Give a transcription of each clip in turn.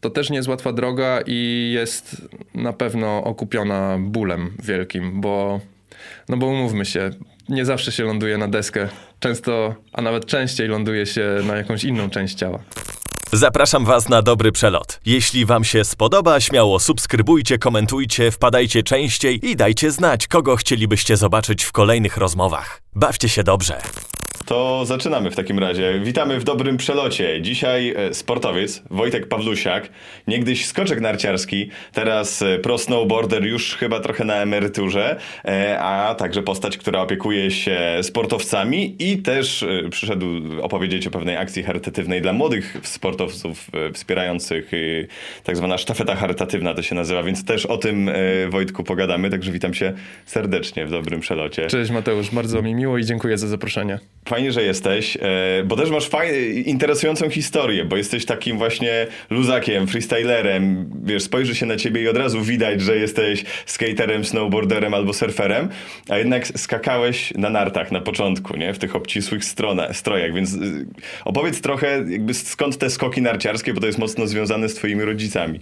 to też nie jest łatwa droga i jest na pewno okupiona bólem wielkim, bo umówmy się, nie zawsze się ląduje na deskę. Często, a nawet częściej ląduje się na jakąś inną część ciała. Zapraszam Was na dobry przelot. Jeśli Wam się spodoba, śmiało subskrybujcie, komentujcie, wpadajcie częściej i dajcie znać, kogo chcielibyście zobaczyć w kolejnych rozmowach. Bawcie się dobrze. To zaczynamy w takim razie. Witamy w dobrym przelocie. Dzisiaj sportowiec Wojtek Pawlusiak, niegdyś skoczek narciarski, teraz pro snowboarder, już chyba trochę na emeryturze, a także postać, która opiekuje się sportowcami i też przyszedł opowiedzieć o pewnej akcji charytatywnej dla młodych sportowców wspierających, tak zwana sztafeta charytatywna to się nazywa, więc też o tym, Wojtku, pogadamy, także witam cię serdecznie w dobrym przelocie. Cześć Mateusz, bardzo mi miło i dziękuję za zaproszenie. Fajnie, że jesteś, bo też masz interesującą historię, bo jesteś takim właśnie luzakiem, freestylerem, wiesz, spojrzy się na ciebie i od razu widać, że jesteś skaterem, snowboarderem albo surferem, a jednak skakałeś na nartach na początku, nie? W tych obcisłych strojach, więc opowiedz trochę jakby skąd te skoki narciarskie, bo to jest mocno związane z twoimi rodzicami.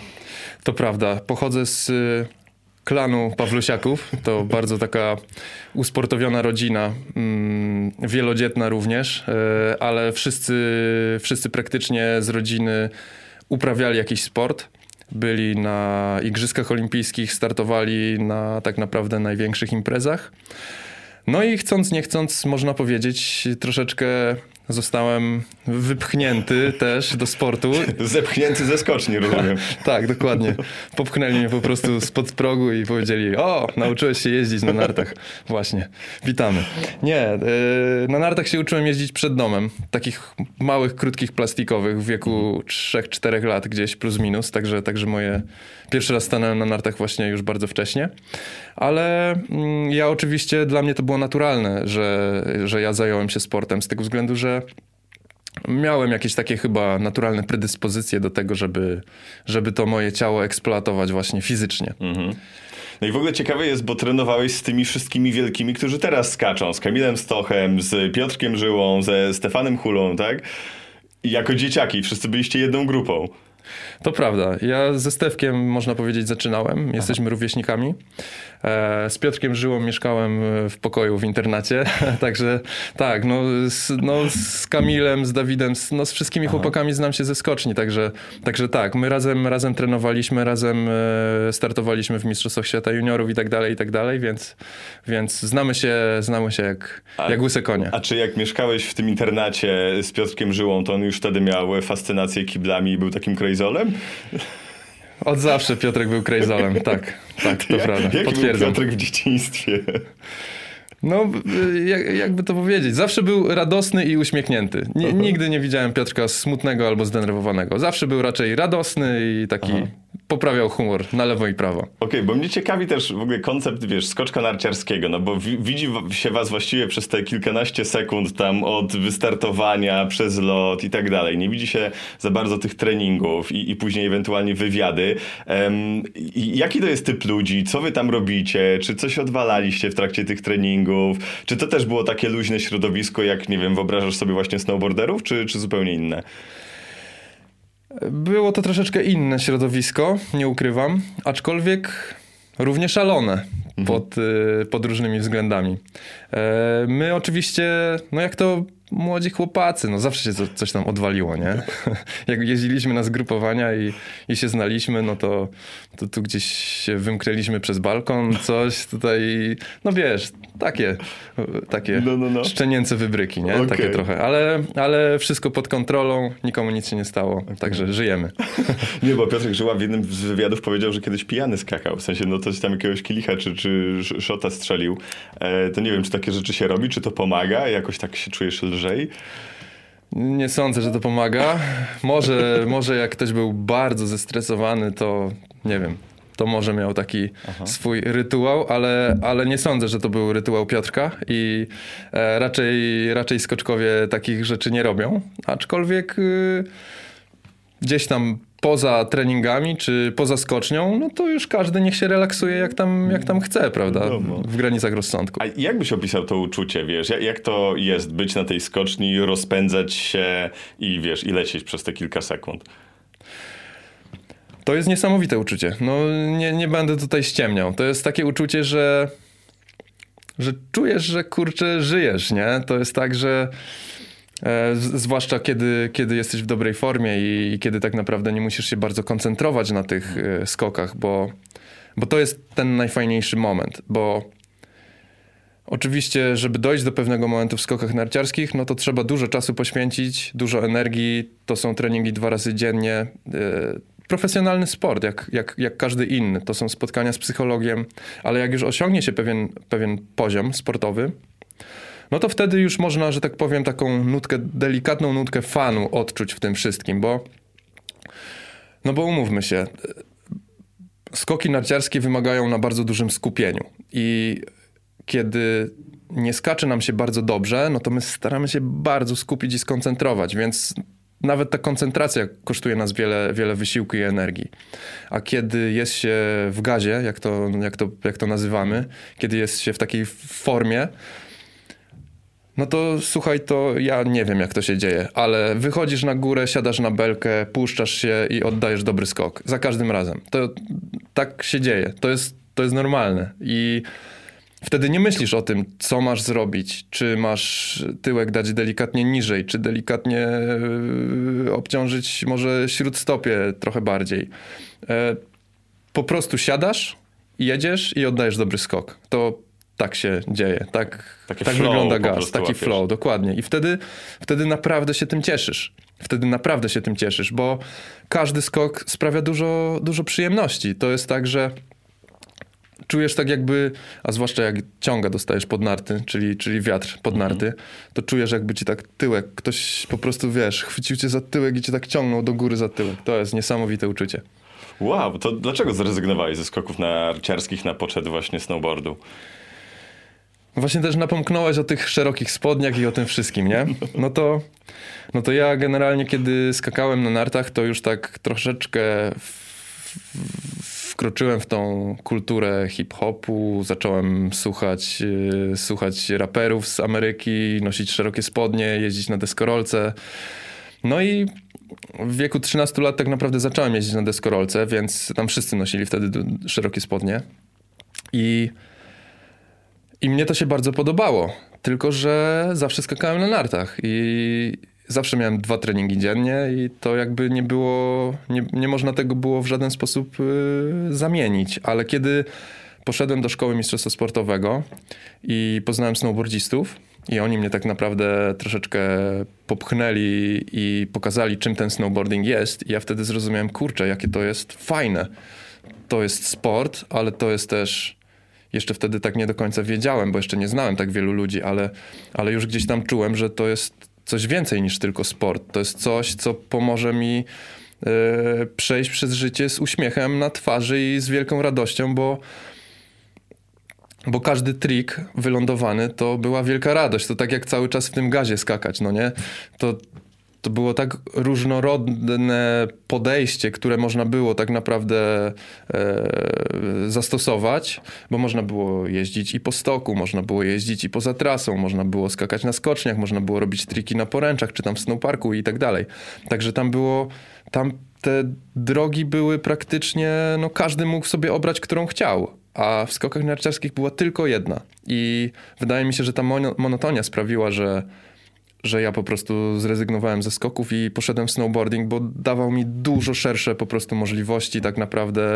To prawda, pochodzę z klanu Pawlusiaków, to bardzo taka usportowiona rodzina, wielodzietna również, ale wszyscy praktycznie z rodziny uprawiali jakiś sport. Byli na Igrzyskach Olimpijskich, startowali na tak naprawdę największych imprezach. No i chcąc nie chcąc, można powiedzieć, troszeczkę zostałem wypchnięty też do sportu. Zepchnięty ze skoczni, rozumiem. Tak, dokładnie. Popchnęli mnie po prostu spod progu i powiedzieli: o, nauczyłeś się jeździć na nartach. Właśnie, witamy. Nie, na nartach się uczyłem jeździć przed domem. Takich małych, krótkich, plastikowych w wieku 3-4 lat gdzieś plus minus. Także moje pierwszy raz stanąłem na nartach właśnie już bardzo wcześnie. Ale ja oczywiście, dla mnie to było naturalne, że ja zająłem się sportem z tego względu, że miałem jakieś takie chyba naturalne predyspozycje do tego, żeby to moje ciało eksploatować właśnie fizycznie. Mhm. No i w ogóle ciekawe jest, bo trenowałeś z tymi wszystkimi wielkimi, którzy teraz skaczą. Z Kamilem Stochem, z Piotrkiem Żyłą, ze Stefanem Hulą, tak? I jako dzieciaki wszyscy byliście jedną grupą. To prawda. Ja ze Stefkiem, można powiedzieć, zaczynałem. Jesteśmy rówieśnikami. Z Piotrkiem Żyłą mieszkałem w pokoju w internacie. Także tak, z Kamilem, z Dawidem, z wszystkimi chłopakami znam się ze skoczni. Także tak, my razem trenowaliśmy, razem startowaliśmy w Mistrzostwach Świata Juniorów i tak dalej, więc znamy się jak łyse konie. A czy jak mieszkałeś w tym internacie z Piotrkiem Żyłą, to on już wtedy miał fascynację kiblami i był takim krejzolem? Od zawsze Piotrek był krejzolem, tak, to prawda. Jak potwierdzam. był Piotrek w dzieciństwie? No, jakby to powiedzieć, zawsze był radosny i uśmiechnięty. Nigdy nie widziałem Piotrka smutnego albo zdenerwowanego. Zawsze był raczej radosny i taki poprawiał humor na lewo i prawo. Okej, bo mnie ciekawi też w ogóle koncept, wiesz, skoczka narciarskiego, no bo widzi się was właściwie przez te kilkanaście sekund tam od wystartowania przez lot i tak dalej. Nie widzi się za bardzo tych treningów i później ewentualnie wywiady. Jaki to jest typ ludzi? Co wy tam robicie? Czy coś odwalaliście w trakcie tych treningów? Czy to też było takie luźne środowisko, jak, nie wiem, wyobrażasz sobie właśnie snowboarderów, czy zupełnie inne? Było to troszeczkę inne środowisko, nie ukrywam, aczkolwiek równie szalone pod różnymi względami. My oczywiście, jak to młodzi chłopacy, zawsze się coś tam odwaliło, nie? Jak jeździliśmy na zgrupowania i się znaliśmy, to tu gdzieś się wymknęliśmy przez balkon, coś tutaj, wiesz, takie szczenięce wybryki, nie? Okay. Takie trochę, ale wszystko pod kontrolą, nikomu nic się nie stało, także żyjemy. Nie, bo Piotrek Żyła w jednym z wywiadów powiedział, że kiedyś pijany skakał, w sensie, coś tam jakiegoś kielicha czy szota strzelił. To nie wiem, czy takie rzeczy się robi, czy to pomaga, jakoś tak się czujesz lżej? Nie sądzę, że to pomaga. Może jak ktoś był bardzo zestresowany, to nie wiem, to może miał taki swój rytuał, ale nie sądzę, że to był rytuał Piotrka i raczej skoczkowie takich rzeczy nie robią, aczkolwiek gdzieś tam poza treningami czy poza skocznią, to już każdy niech się relaksuje jak tam chce, prawda? W granicach rozsądku. A jak byś opisał to uczucie, wiesz? Jak to jest być na tej skoczni, rozpędzać się i wiesz, i lecieć przez te kilka sekund? To jest niesamowite uczucie. No nie będę tutaj ściemniał. To jest takie uczucie, że czujesz, że kurczę żyjesz, nie? To jest tak, że zwłaszcza kiedy jesteś w dobrej formie i kiedy tak naprawdę nie musisz się bardzo koncentrować na tych skokach, bo to jest ten najfajniejszy moment, bo oczywiście, żeby dojść do pewnego momentu w skokach narciarskich, no to trzeba dużo czasu poświęcić, dużo energii, to są treningi 2 razy dziennie. Profesjonalny sport, jak każdy inny. To są spotkania z psychologiem, ale jak już osiągnie się pewien poziom sportowy, no to wtedy już można, że tak powiem, taką delikatną nutkę fanu odczuć w tym wszystkim, bo umówmy się, skoki narciarskie wymagają na bardzo dużym skupieniu i kiedy nie skacze nam się bardzo dobrze, no to my staramy się bardzo skupić i skoncentrować, więc nawet ta koncentracja kosztuje nas wiele wysiłku i energii. A kiedy jest się w gazie, jak to nazywamy, kiedy jest się w takiej formie, no to słuchaj, to ja nie wiem, jak to się dzieje, ale wychodzisz na górę, siadasz na belkę, puszczasz się i oddajesz dobry skok. Za każdym razem. To tak się dzieje. To jest normalne. I wtedy nie myślisz o tym, co masz zrobić. Czy masz tyłek dać delikatnie niżej, czy delikatnie obciążyć może śródstopie trochę bardziej. Po prostu siadasz, jedziesz i oddajesz dobry skok. To tak się dzieje. Tak wygląda gaz. Taki flow, dokładnie. I wtedy naprawdę się tym cieszysz. Bo każdy skok sprawia dużo przyjemności. To jest tak, że czujesz tak jakby, a zwłaszcza jak ciąga dostajesz pod narty, czyli wiatr pod narty, to czujesz jakby ci tak tyłek, ktoś po prostu, wiesz, chwycił cię za tyłek i cię tak ciągnął do góry za tyłek. To jest niesamowite uczucie. Wow, to dlaczego zrezygnowałeś ze skoków narciarskich na poczet właśnie snowboardu? Właśnie też napomknąłeś o tych szerokich spodniach i o tym wszystkim, nie? No to ja generalnie, kiedy skakałem na nartach, to już tak troszeczkę wkroczyłem w tą kulturę hip-hopu, zacząłem słuchać raperów z Ameryki, nosić szerokie spodnie, jeździć na deskorolce. No i w wieku 13 lat tak naprawdę zacząłem jeździć na deskorolce, więc tam wszyscy nosili wtedy szerokie spodnie. I mnie to się bardzo podobało, tylko że zawsze skakałem na nartach i zawsze miałem 2 treningi dziennie i to jakby nie było, nie można tego było w żaden sposób zamienić. Ale kiedy poszedłem do szkoły mistrzostwa sportowego i poznałem snowboardzistów i oni mnie tak naprawdę troszeczkę popchnęli i pokazali, czym ten snowboarding jest, i ja wtedy zrozumiałem, kurczę, jakie to jest fajne. To jest sport, ale to jest też... Jeszcze wtedy tak nie do końca wiedziałem, bo jeszcze nie znałem tak wielu ludzi, ale już gdzieś tam czułem, że to jest coś więcej niż tylko sport. To jest coś, co pomoże mi przejść przez życie z uśmiechem na twarzy i z wielką radością, bo każdy trik wylądowany to była wielka radość. To tak jak cały czas w tym gazie skakać, no nie? To było tak różnorodne podejście, które można było tak naprawdę zastosować, bo można było jeździć i po stoku, można było jeździć i poza trasą, można było skakać na skoczniach, można było robić triki na poręczach, czy tam w snowparku i tak dalej. Także tam te drogi były praktycznie, no każdy mógł sobie obrać, którą chciał, a w skokach narciarskich była tylko jedna. I wydaje mi się, że ta monotonia sprawiła, że ja po prostu zrezygnowałem ze skoków i poszedłem w snowboarding, bo dawał mi dużo szersze po prostu możliwości tak naprawdę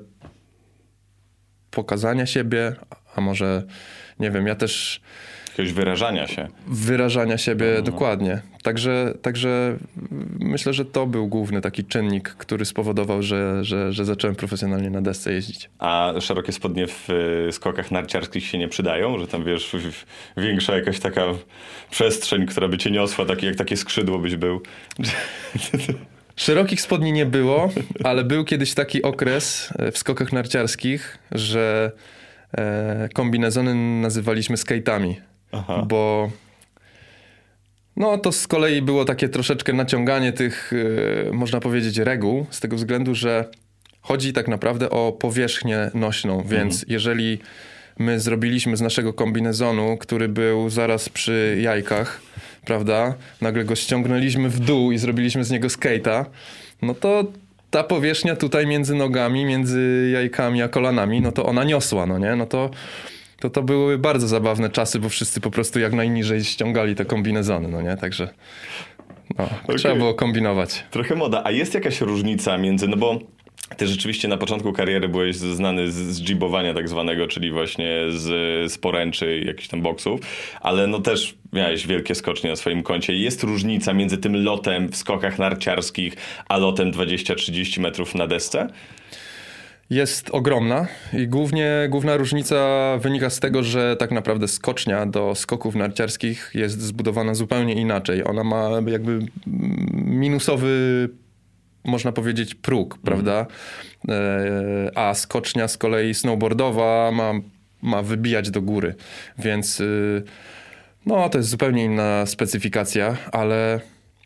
pokazania siebie, a może, nie wiem, ja też... Jakiegoś wyrażania siebie, dokładnie. Także myślę, że to był główny taki czynnik, który spowodował, że zacząłem profesjonalnie na desce jeździć. A szerokie spodnie w skokach narciarskich się nie przydają? Że tam, wiesz, większa jakaś taka przestrzeń, która by cię niosła, jak takie skrzydło byś był? Szerokich spodni nie było, ale był kiedyś taki okres w skokach narciarskich, że kombinezony nazywaliśmy skate'ami. Aha. Bo no to z kolei było takie troszeczkę naciąganie tych, można powiedzieć, reguł, z tego względu, że chodzi tak naprawdę o powierzchnię nośną, więc jeżeli my zrobiliśmy z naszego kombinezonu, który był zaraz przy jajkach, prawda, nagle go ściągnęliśmy w dół i zrobiliśmy z niego skate'a, no to ta powierzchnia tutaj między nogami, między jajkami a kolanami, no to ona niosła, no nie? No to były bardzo zabawne czasy, bo wszyscy po prostu jak najniżej ściągali te kombinezony, no nie? Także trzeba było kombinować. Trochę moda. A jest jakaś różnica między, no bo ty rzeczywiście na początku kariery byłeś znany z jibowania tak zwanego, czyli właśnie z poręczy i jakichś tam boksów, ale no też miałeś wielkie skocznie na swoim koncie. Jest różnica między tym lotem w skokach narciarskich, a lotem 20-30 metrów na desce? Jest ogromna i główna różnica wynika z tego, że tak naprawdę skocznia do skoków narciarskich jest zbudowana zupełnie inaczej. Ona ma jakby minusowy, można powiedzieć, próg, prawda? A skocznia z kolei snowboardowa ma wybijać do góry. Więc to jest zupełnie inna specyfikacja, ale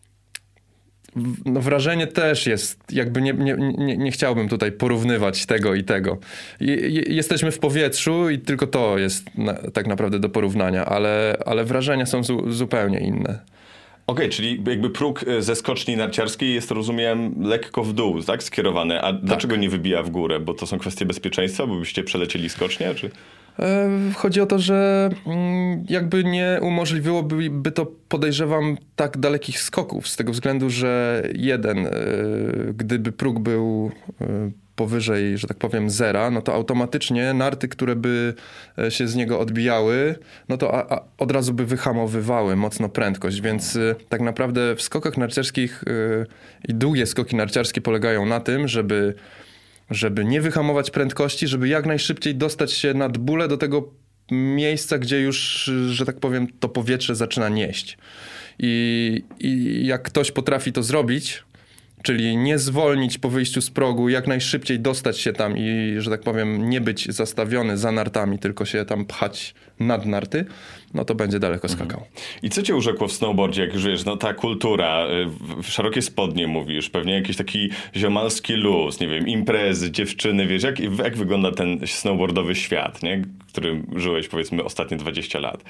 wrażenie też jest, jakby nie chciałbym tutaj porównywać tego i tego. Jesteśmy w powietrzu i tylko to jest tak naprawdę do porównania, ale wrażenia są zupełnie inne. Okej, czyli jakby próg ze skoczni narciarskiej jest, rozumiem, lekko w dół, tak? Skierowany. A dlaczego nie wybija w górę? Bo to są kwestie bezpieczeństwa? Bo byście przelecieli skocznię, czy... Chodzi o to, że jakby nie umożliwiłoby to, podejrzewam, tak dalekich skoków, z tego względu, że gdyby próg był powyżej, że tak powiem, zera, no to automatycznie narty, które by się z niego odbijały, no to od razu by wyhamowywały mocno prędkość, więc tak naprawdę w skokach narciarskich i długie skoki narciarskie polegają na tym, żeby nie wyhamować prędkości, żeby jak najszybciej dostać się nad bólę do tego miejsca, gdzie już, że tak powiem, to powietrze zaczyna nieść. I jak ktoś potrafi to zrobić, czyli nie zwolnić po wyjściu z progu, jak najszybciej dostać się tam i, że tak powiem, nie być zastawiony za nartami, tylko się tam pchać nad narty, no to będzie daleko skakał. I co cię urzekło w snowboardzie, jak już wiesz, no ta kultura, szerokie spodnie mówisz, pewnie jakiś taki ziomalski luz, nie wiem, imprezy, dziewczyny, wiesz, jak wygląda ten snowboardowy świat, nie? W którym żyłeś, powiedzmy, ostatnie 20 lat?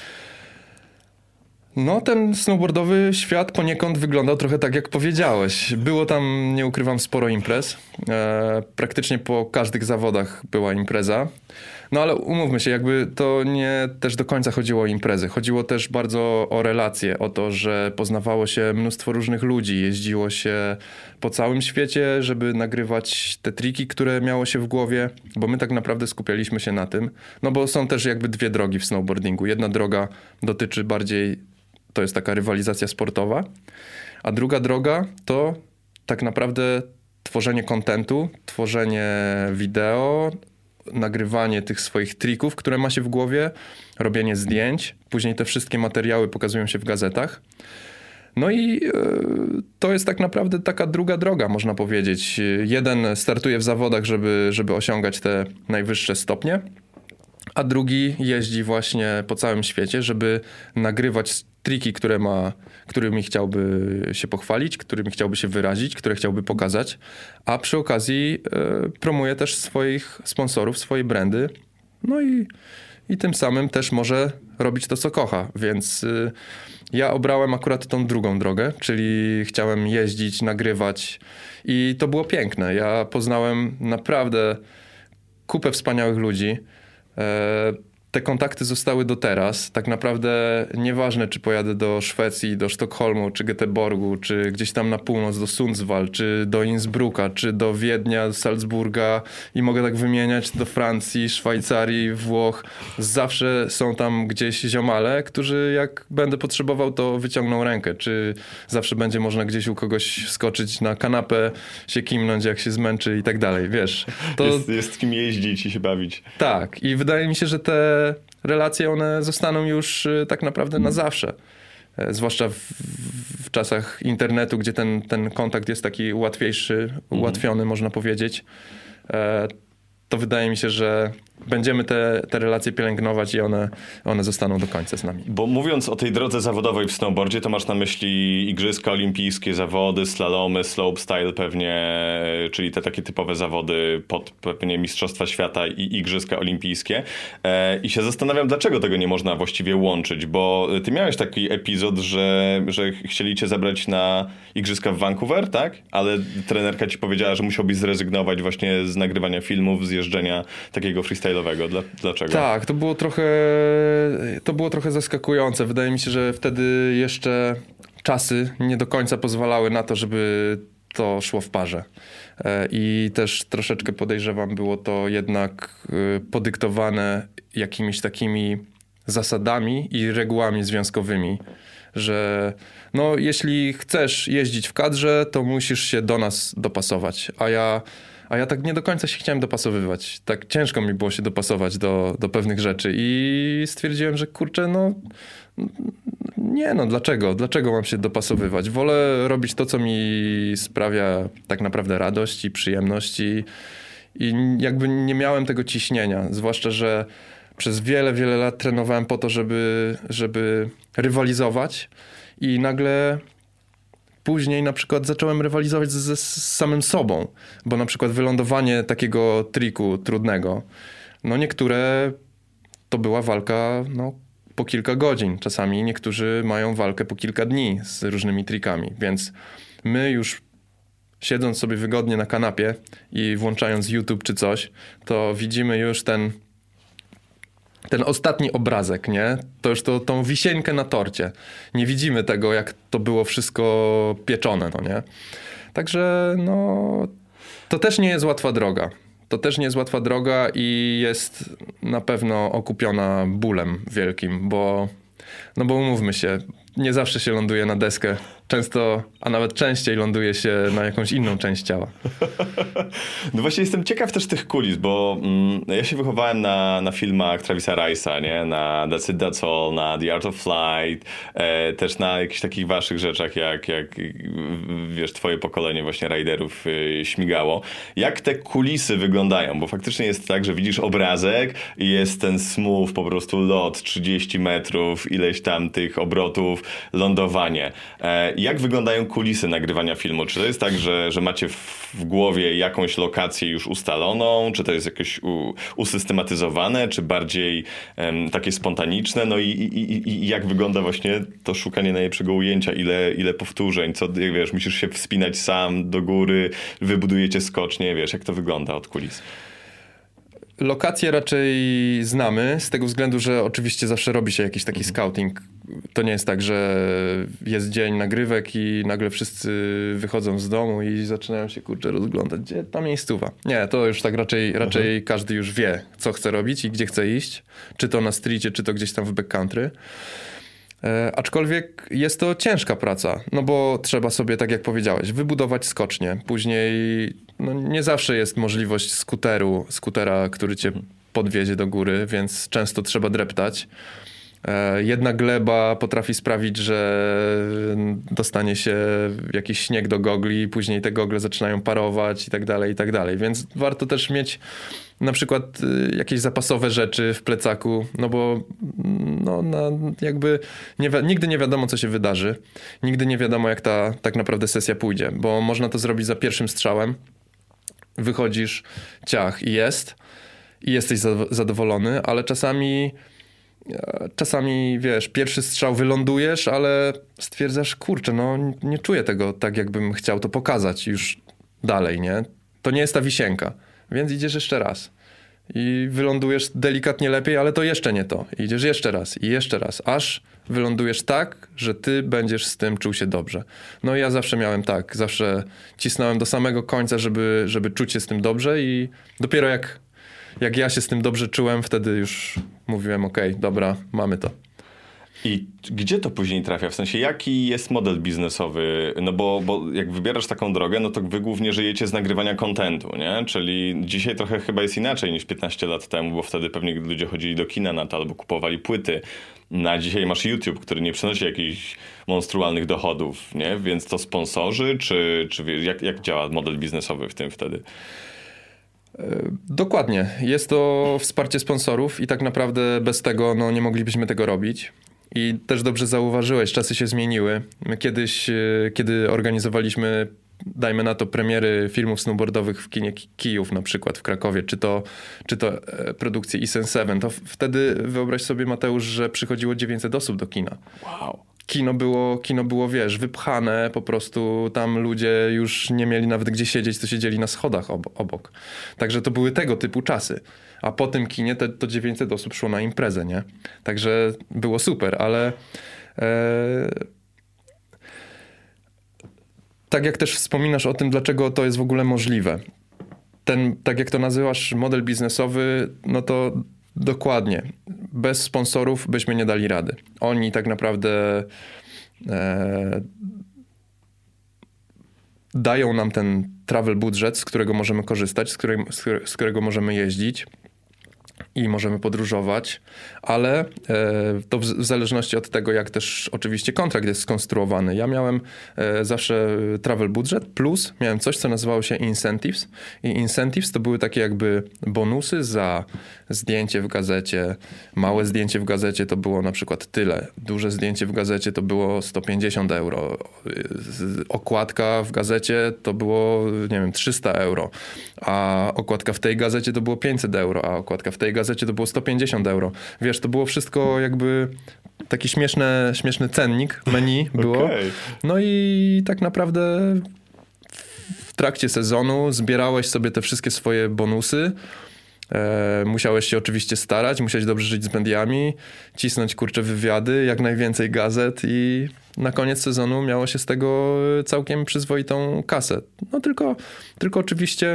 No, ten snowboardowy świat poniekąd wyglądał trochę tak, jak powiedziałeś. Było tam, nie ukrywam, sporo imprez. Praktycznie po każdych zawodach była impreza. No ale umówmy się, jakby to nie też do końca chodziło o imprezy. Chodziło też bardzo o relacje, o to, że poznawało się mnóstwo różnych ludzi. Jeździło się po całym świecie, żeby nagrywać te triki, które miało się w głowie, bo my tak naprawdę skupialiśmy się na tym. No bo są też jakby dwie drogi w snowboardingu. Jedna droga dotyczy bardziej, to jest taka rywalizacja sportowa, a druga droga to tak naprawdę tworzenie kontentu, tworzenie wideo, nagrywanie tych swoich trików, które ma się w głowie, robienie zdjęć, później te wszystkie materiały pokazują się w gazetach. No i to jest tak naprawdę taka druga droga, można powiedzieć. Jeden startuje w zawodach, żeby osiągać te najwyższe stopnie, a drugi jeździ właśnie po całym świecie, żeby nagrywać triki, którymi chciałby się pochwalić, którymi chciałby się wyrazić, które chciałby pokazać, a przy okazji promuje też swoich sponsorów, swoje brandy, no i tym samym też może robić to, co kocha, więc ja obrałem akurat tą drugą drogę, czyli chciałem jeździć, nagrywać i to było piękne. Ja poznałem naprawdę kupę wspaniałych ludzi. Te kontakty zostały do teraz. Tak naprawdę nieważne, czy pojadę do Szwecji, do Sztokholmu, czy Göteborgu, czy gdzieś tam na północ do Sundsvall, czy do Innsbrucka, czy do Wiednia, Salzburga i mogę tak wymieniać do Francji, Szwajcarii, Włoch. Zawsze są tam gdzieś ziomale, którzy jak będę potrzebował, to wyciągną rękę. Czy zawsze będzie można gdzieś u kogoś skoczyć na kanapę, się kimnąć, jak się zmęczy i tak dalej, wiesz. To... Jest z kim jeździć i się bawić. Tak. I wydaje mi się, że te relacje, one zostaną już tak naprawdę na zawsze. Zwłaszcza w czasach internetu, gdzie ten kontakt jest taki łatwiejszy, ułatwiony, można powiedzieć. To wydaje mi się, że będziemy te relacje pielęgnować i one zostaną do końca z nami. Bo mówiąc o tej drodze zawodowej w snowboardzie, to masz na myśli Igrzyska Olimpijskie, zawody, slalomy, slopestyle pewnie, czyli te takie typowe zawody pod pewnie Mistrzostwa Świata i Igrzyska Olimpijskie. I się zastanawiam, dlaczego tego nie można właściwie łączyć, bo ty miałeś taki epizod, że chcieli cię zabrać na Igrzyska w Vancouver, tak? Ale trenerka ci powiedziała, że musiałbyś zrezygnować właśnie z nagrywania filmów, z jeżdżenia takiego freestyle'owego. Dlaczego? Tak, to było trochę zaskakujące. Wydaje mi się, że wtedy jeszcze czasy nie do końca pozwalały na to, żeby to szło w parze. I też troszeczkę podejrzewam, było to jednak podyktowane jakimiś takimi zasadami i regułami związkowymi, że no, jeśli chcesz jeździć w kadrze, to musisz się do nas dopasować. A ja tak nie do końca się chciałem dopasowywać. Tak ciężko mi było się dopasować do pewnych rzeczy i stwierdziłem, że kurczę, no nie no, dlaczego? Dlaczego mam się dopasowywać? Wolę robić to, co mi sprawia tak naprawdę radość i przyjemność i jakby nie miałem tego ciśnienia. Zwłaszcza, że przez wiele, wiele lat trenowałem po to, żeby rywalizować i nagle później na przykład zacząłem rywalizować z samym sobą, bo na przykład wylądowanie takiego triku trudnego, no niektóre to była walka no, po kilka godzin. Czasami niektórzy mają walkę po kilka dni z różnymi trikami, więc my już siedząc sobie wygodnie na kanapie i włączając YouTube czy coś, to widzimy już ten ostatni obrazek, nie? To już tą wisienkę na torcie. Nie widzimy tego, jak to było wszystko pieczone, no nie? Także no, to też nie jest łatwa droga. To też nie jest łatwa droga i jest na pewno okupiona bólem wielkim, bo umówmy się, nie zawsze się ląduje na deskę. Często, a nawet częściej ląduje się na jakąś inną część ciała. No właśnie jestem ciekaw też tych kulis, bo ja się wychowałem na filmach Travisa Rice'a, nie? Na That's It, That's All, na The Art of Flight, też na jakichś takich waszych rzeczach, jak wiesz, twoje pokolenie właśnie riderów śmigało. Jak te kulisy wyglądają? Bo faktycznie jest tak, że widzisz obrazek i jest ten smooth po prostu lot, 30 metrów, ileś tam tych obrotów, lądowanie. Jak wyglądają kulisy nagrywania filmu? Czy to jest tak, że macie w głowie jakąś lokację już ustaloną? Czy to jest jakieś usystematyzowane? Czy bardziej takie spontaniczne? No i jak wygląda właśnie to szukanie najlepszego ujęcia? Ile powtórzeń? Co, jak wiesz, musisz się wspinać sam do góry, wybudujecie skocznie, wiesz, jak to wygląda od kulis? Lokacje raczej znamy, z tego względu, że oczywiście zawsze robi się jakiś taki scouting. To nie jest tak, że jest dzień nagrywek i nagle wszyscy wychodzą z domu i zaczynają się kurczę rozglądać, gdzie ta miejscowa. Nie, to już tak raczej każdy już wie, co chce robić i gdzie chce iść. Czy to na streetie, czy to gdzieś tam w backcountry. Aczkolwiek jest to ciężka praca, no bo trzeba sobie, tak jak powiedziałeś, wybudować skocznie. Później no nie zawsze jest możliwość skutera, który cię podwiezie do góry, więc często trzeba dreptać. Jedna gleba potrafi sprawić, że dostanie się jakiś śnieg do gogli, później te gogle zaczynają parować i tak dalej, więc warto też mieć na przykład jakieś zapasowe rzeczy w plecaku, no bo jakby nigdy nie wiadomo, co się wydarzy. Nigdy nie wiadomo, jak ta tak naprawdę sesja pójdzie, bo można to zrobić za pierwszym strzałem. Wychodzisz, ciach i jesteś zadowolony, ale czasami, wiesz, pierwszy strzał wylądujesz, ale stwierdzasz, kurczę, no nie czuję tego tak, jakbym chciał to pokazać już dalej, nie? To nie jest ta wisienka, więc idziesz jeszcze raz. I wylądujesz delikatnie lepiej, ale to jeszcze nie to. I idziesz jeszcze raz, aż wylądujesz tak, że ty będziesz z tym czuł się dobrze. No i ja zawsze miałem tak, zawsze cisnąłem do samego końca, żeby czuć się z tym dobrze i dopiero jak ja się z tym dobrze czułem, wtedy już mówiłem, okej, dobra, mamy to. I gdzie to później trafia? W sensie, jaki jest model biznesowy? No bo jak wybierasz taką drogę, no to wy głównie żyjecie z nagrywania kontentu, nie? Czyli dzisiaj trochę chyba jest inaczej niż 15 lat temu, bo wtedy pewnie ludzie chodzili do kina na to albo kupowali płyty. Na dzisiaj masz YouTube, który nie przynosi jakichś monstrualnych dochodów, nie? Więc to sponsorzy, czy jak działa model biznesowy w tym wtedy? Dokładnie. Jest to wsparcie sponsorów i tak naprawdę bez tego nie moglibyśmy tego robić. I też dobrze zauważyłeś, czasy się zmieniły. My kiedyś, kiedy organizowaliśmy, dajmy na to, premiery filmów snowboardowych w kinie Kijów na przykład w Krakowie, czy to produkcje Isen 7, to wtedy wyobraź sobie, Mateusz, że przychodziło 900 osób do kina. Wow. Kino było, wiesz, wypchane, po prostu tam ludzie już nie mieli nawet gdzie siedzieć, to siedzieli na schodach obok. Także to były tego typu czasy. A po tym kinie to 900 osób szło na imprezę, nie? Także było super, ale tak jak też wspominasz o tym, dlaczego to jest w ogóle możliwe. Ten, tak jak to nazywasz, model biznesowy, no to dokładnie. Bez sponsorów byśmy nie dali rady. Oni tak naprawdę dają nam ten travel budżet, z którego możemy korzystać, z którego możemy jeździć i możemy podróżować, ale to w zależności od tego, jak też oczywiście kontrakt jest skonstruowany. Ja miałem zawsze travel budget plus miałem coś, co nazywało się incentives i incentives to były takie jakby bonusy za zdjęcie w gazecie. Małe zdjęcie w gazecie to było na przykład tyle. Duże zdjęcie w gazecie to było 150 euro. Okładka w gazecie to było, nie wiem, 300 euro. A okładka w tej gazecie to było 500 euro, a okładka w tej gazecie to było 150 euro. Wiesz, to było wszystko jakby taki śmieszny cennik, menu było. Okay. No i tak naprawdę w trakcie sezonu zbierałeś sobie te wszystkie swoje bonusy. Musiałeś się oczywiście starać, musiałeś dobrze żyć z mediami, cisnąć wywiady, jak najwięcej gazet i na koniec sezonu miało się z tego całkiem przyzwoitą kasę. No tylko oczywiście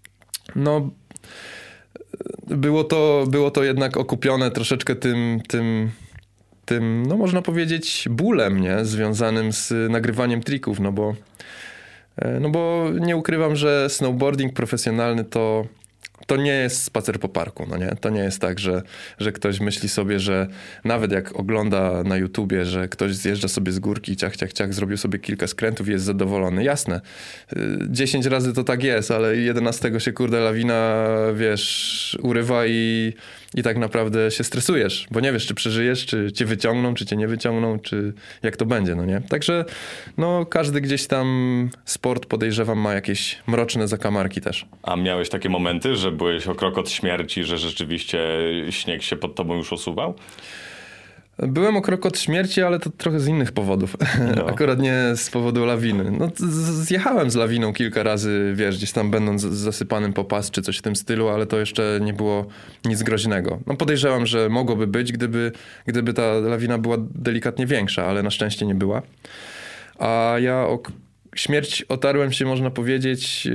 było to jednak okupione troszeczkę tym no można powiedzieć bólem, nie? Związanym z nagrywaniem trików, no bo nie ukrywam, że snowboarding profesjonalny to nie jest spacer po parku, no nie? To nie jest tak, że ktoś myśli sobie, że nawet jak ogląda na YouTubie, że ktoś zjeżdża sobie z górki, ciach, zrobił sobie kilka skrętów i jest zadowolony. Jasne, 10 razy to tak jest, ale 11 się lawina, wiesz, urywa i tak naprawdę się stresujesz, bo nie wiesz, czy przeżyjesz, czy cię wyciągną, czy cię nie wyciągną, czy jak to będzie, no nie? Także każdy gdzieś tam sport, podejrzewam, ma jakieś mroczne zakamarki też. A miałeś takie momenty, że byłeś o krok od śmierci, że rzeczywiście śnieg się pod tobą już osuwał? Byłem o krok od śmierci, ale to trochę z innych powodów. No. Akurat nie z powodu lawiny. No, zjechałem z lawiną kilka razy, wiesz, gdzieś tam będąc zasypanym po pas czy coś w tym stylu, ale to jeszcze nie było nic groźnego. No podejrzewam, że mogłoby być, gdyby ta lawina była delikatnie większa, ale na szczęście nie była. A ja o śmierć otarłem się, można powiedzieć,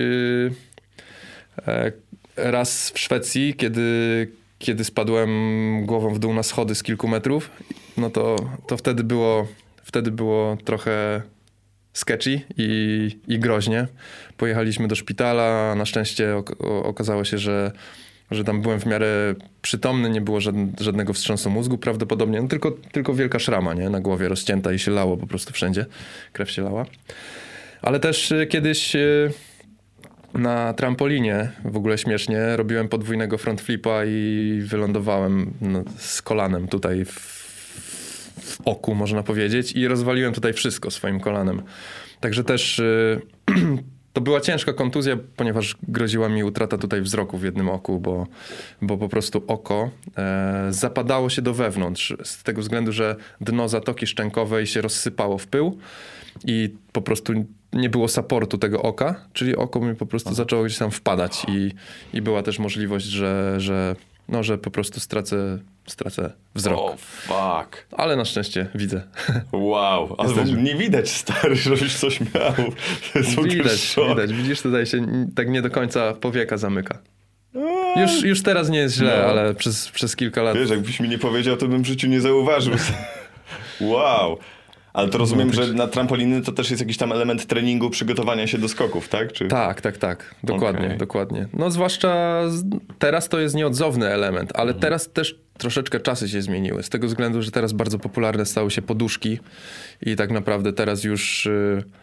raz w Szwecji, kiedy spadłem głową w dół na schody z kilku metrów, no to wtedy było trochę sketchy i groźnie. Pojechaliśmy do szpitala, na szczęście okazało się, że tam byłem w miarę przytomny, nie było żadnego wstrząsu mózgu prawdopodobnie, no tylko wielka szrama, nie? Na głowie rozcięta i się lało po prostu wszędzie, krew się lała. Ale też kiedyś na trampolinie, w ogóle śmiesznie, robiłem podwójnego front flipa i wylądowałem z kolanem tutaj w oku, można powiedzieć, i rozwaliłem tutaj wszystko swoim kolanem. Także też to była ciężka kontuzja, ponieważ groziła mi utrata tutaj wzroku w jednym oku, bo po prostu oko zapadało się do wewnątrz z tego względu, że dno zatoki szczękowej się rozsypało w pył i po prostu nie było supportu tego oka, czyli oko mi po prostu zaczęło gdzieś tam wpadać i była też możliwość, że po prostu stracę wzrok. Oh, fuck. Ale na szczęście widzę. Wow, ale nie widać, stary, żebyś coś miał. Widać. Widzisz, tutaj się tak nie do końca powieka zamyka. Już teraz nie jest źle, ale przez kilka lat. Wiesz, jakbyś mi nie powiedział, to bym w życiu nie zauważył. Wow. Ale to rozumiem, że na trampoliny to też jest jakiś tam element treningu, przygotowania się do skoków, tak? Czy... Tak. Dokładnie. No zwłaszcza teraz to jest nieodzowny element, ale teraz też troszeczkę czasy się zmieniły. Z tego względu, że teraz bardzo popularne stały się poduszki i tak naprawdę teraz już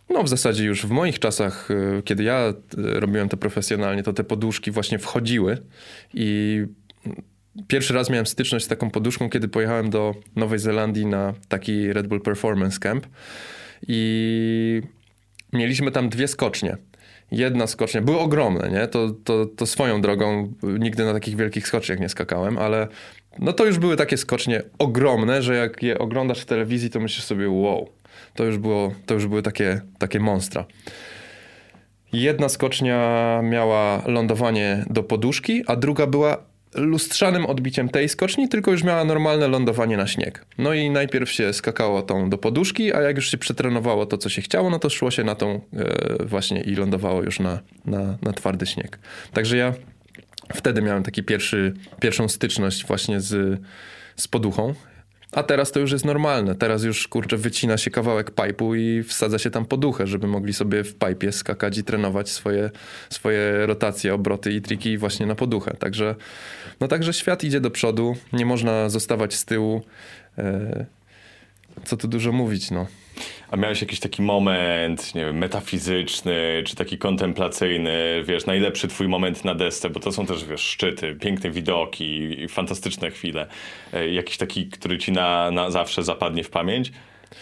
No w zasadzie już w moich czasach, kiedy ja robiłem to profesjonalnie, to te poduszki właśnie wchodziły i pierwszy raz miałem styczność z taką poduszką, kiedy pojechałem do Nowej Zelandii na taki Red Bull Performance Camp i mieliśmy tam 2 skocznie. Jedna skocznia, były ogromne, nie? To swoją drogą nigdy na takich wielkich skoczniach nie skakałem, ale no to już były takie skocznie ogromne, że jak je oglądasz w telewizji, to myślisz sobie wow, to już były takie monstra. Jedna skocznia miała lądowanie do poduszki, a druga była lustrzanym odbiciem tej skoczni, tylko już miała normalne lądowanie na śnieg. No i najpierw się skakało tą do poduszki, a jak już się przetrenowało to, co się chciało, no to szło się na tą właśnie i lądowało już na twardy śnieg. Także ja wtedy miałem taki pierwszą styczność właśnie z poduchą. A teraz to już jest normalne. Teraz już, kurczę, wycina się kawałek pipe'u i wsadza się tam poduchę, żeby mogli sobie w pipe'ie skakać i trenować swoje rotacje, obroty i triki właśnie na poduchę. Także świat idzie do przodu. Nie można zostawać z tyłu. Co tu dużo mówić, no. A miałeś jakiś taki moment, nie wiem, metafizyczny, czy taki kontemplacyjny, wiesz, najlepszy twój moment na desce, bo to są też, wiesz, szczyty, piękne widoki, fantastyczne chwile. Jakiś taki, który ci na zawsze zapadnie w pamięć?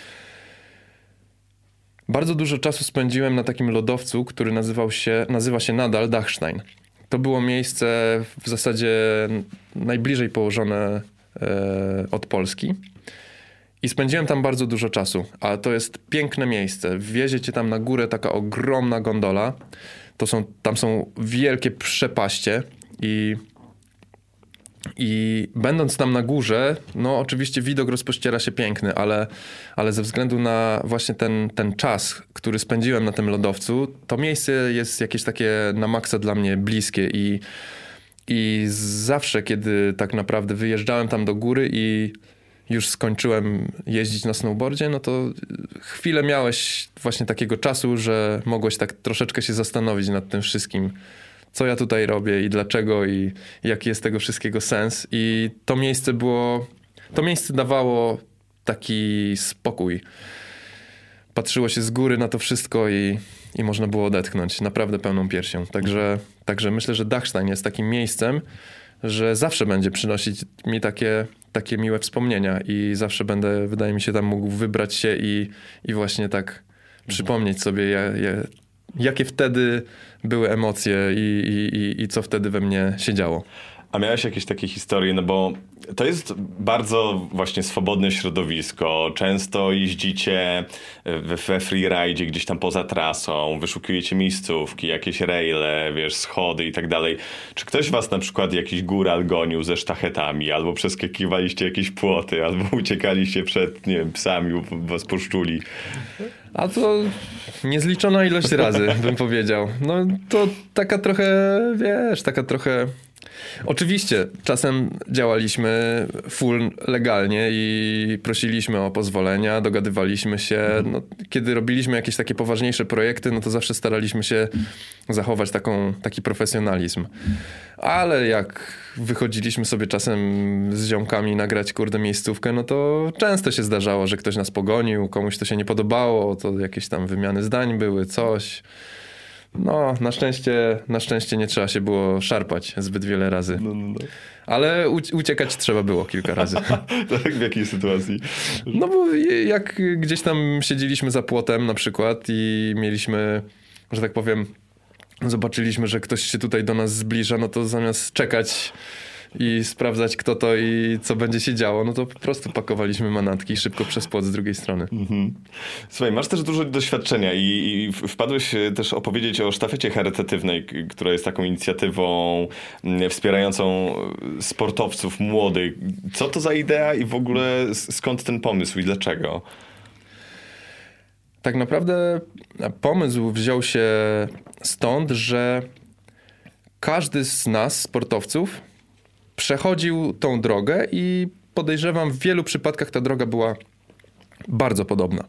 Bardzo dużo czasu spędziłem na takim lodowcu, który nazywa się nadal Dachstein. To było miejsce w zasadzie najbliżej położone od Polski. I spędziłem tam bardzo dużo czasu, a to jest piękne miejsce. Wiezie cię tam na górę taka ogromna gondola. Tam są wielkie przepaście i będąc tam na górze, no oczywiście widok rozpościera się piękny, ale ze względu na właśnie ten czas, który spędziłem na tym lodowcu, to miejsce jest jakieś takie na maksa dla mnie bliskie i zawsze, kiedy tak naprawdę wyjeżdżałem tam do góry i już skończyłem jeździć na snowboardzie, no to chwilę miałeś właśnie takiego czasu, że mogłeś tak troszeczkę się zastanowić nad tym wszystkim, co ja tutaj robię i dlaczego i jaki jest tego wszystkiego sens. I to miejsce dawało taki spokój. Patrzyło się z góry na to wszystko i można było odetchnąć naprawdę pełną piersią. Także myślę, że Dachstein jest takim miejscem, że zawsze będzie przynosić mi takie miłe wspomnienia i zawsze będę, wydaje mi się, tam mógł wybrać się i właśnie tak przypomnieć sobie, jakie wtedy były emocje i co wtedy we mnie się działo. A miałeś jakieś takie historie, no bo to jest bardzo właśnie swobodne środowisko. Często jeździcie we freeride gdzieś tam poza trasą, wyszukiujecie miejscówki, jakieś raile, wiesz, schody i tak dalej. Czy ktoś was na przykład jakiś góral gonił ze sztachetami, albo przeskakiwaliście jakieś płoty, albo uciekaliście przed, nie wiem, psami, was poszczuli? A to niezliczona ilość razy, bym powiedział. No to taka trochę... Oczywiście czasem działaliśmy full legalnie i prosiliśmy o pozwolenia, dogadywaliśmy się. No, kiedy robiliśmy jakieś takie poważniejsze projekty, no to zawsze staraliśmy się zachować taki profesjonalizm. Ale jak wychodziliśmy sobie czasem z ziomkami nagrać miejscówkę, no to często się zdarzało, że ktoś nas pogonił, komuś to się nie podobało, to jakieś tam wymiany zdań były, coś. No, na szczęście nie trzeba się było szarpać zbyt wiele razy. No. Ale uciekać trzeba było kilka razy. Tak, w jakiej sytuacji? No bo jak gdzieś tam siedzieliśmy za płotem na przykład i mieliśmy, że tak powiem, zobaczyliśmy, że ktoś się tutaj do nas zbliża, no to zamiast czekać i sprawdzać kto to i co będzie się działo, no to po prostu pakowaliśmy manatki szybko przez płot z drugiej strony. Mhm. Słuchaj, masz też dużo doświadczenia i wpadłeś też opowiedzieć o sztafecie charytatywnej, która jest taką inicjatywą wspierającą sportowców młodych. Co to za idea i w ogóle skąd ten pomysł i dlaczego? Tak naprawdę pomysł wziął się stąd, że każdy z nas, sportowców, przechodził tą drogę i podejrzewam, w wielu przypadkach ta droga była bardzo podobna.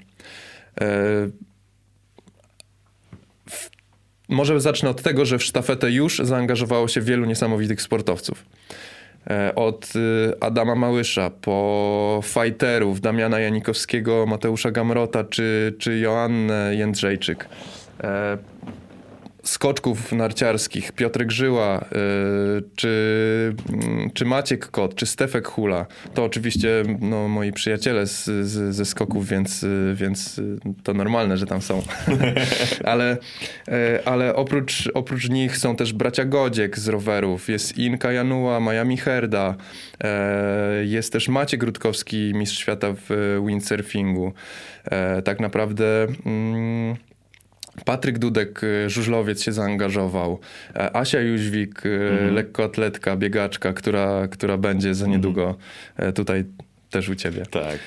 Może zacznę od tego, że w sztafetę już zaangażowało się wielu niesamowitych sportowców. Od Adama Małysza, po fighterów, Damiana Janikowskiego, Mateusza Gamrota czy Joannę Jędrzejczyk. Skoczków narciarskich, Piotrek Żyła, czy Maciek Kot, czy Stefek Hula. To oczywiście moi przyjaciele ze skoków, więc to normalne, że tam są. ale oprócz nich są też bracia Godziek z rowerów, jest Inka Januła, Maja Micherda, jest też Maciek Rutkowski, mistrz świata w windsurfingu. Tak naprawdę... Patryk Dudek, żużlowiec, się zaangażował. Asia Jóźwik, lekkoatletka, biegaczka, która będzie za niedługo tutaj też u ciebie. Tak.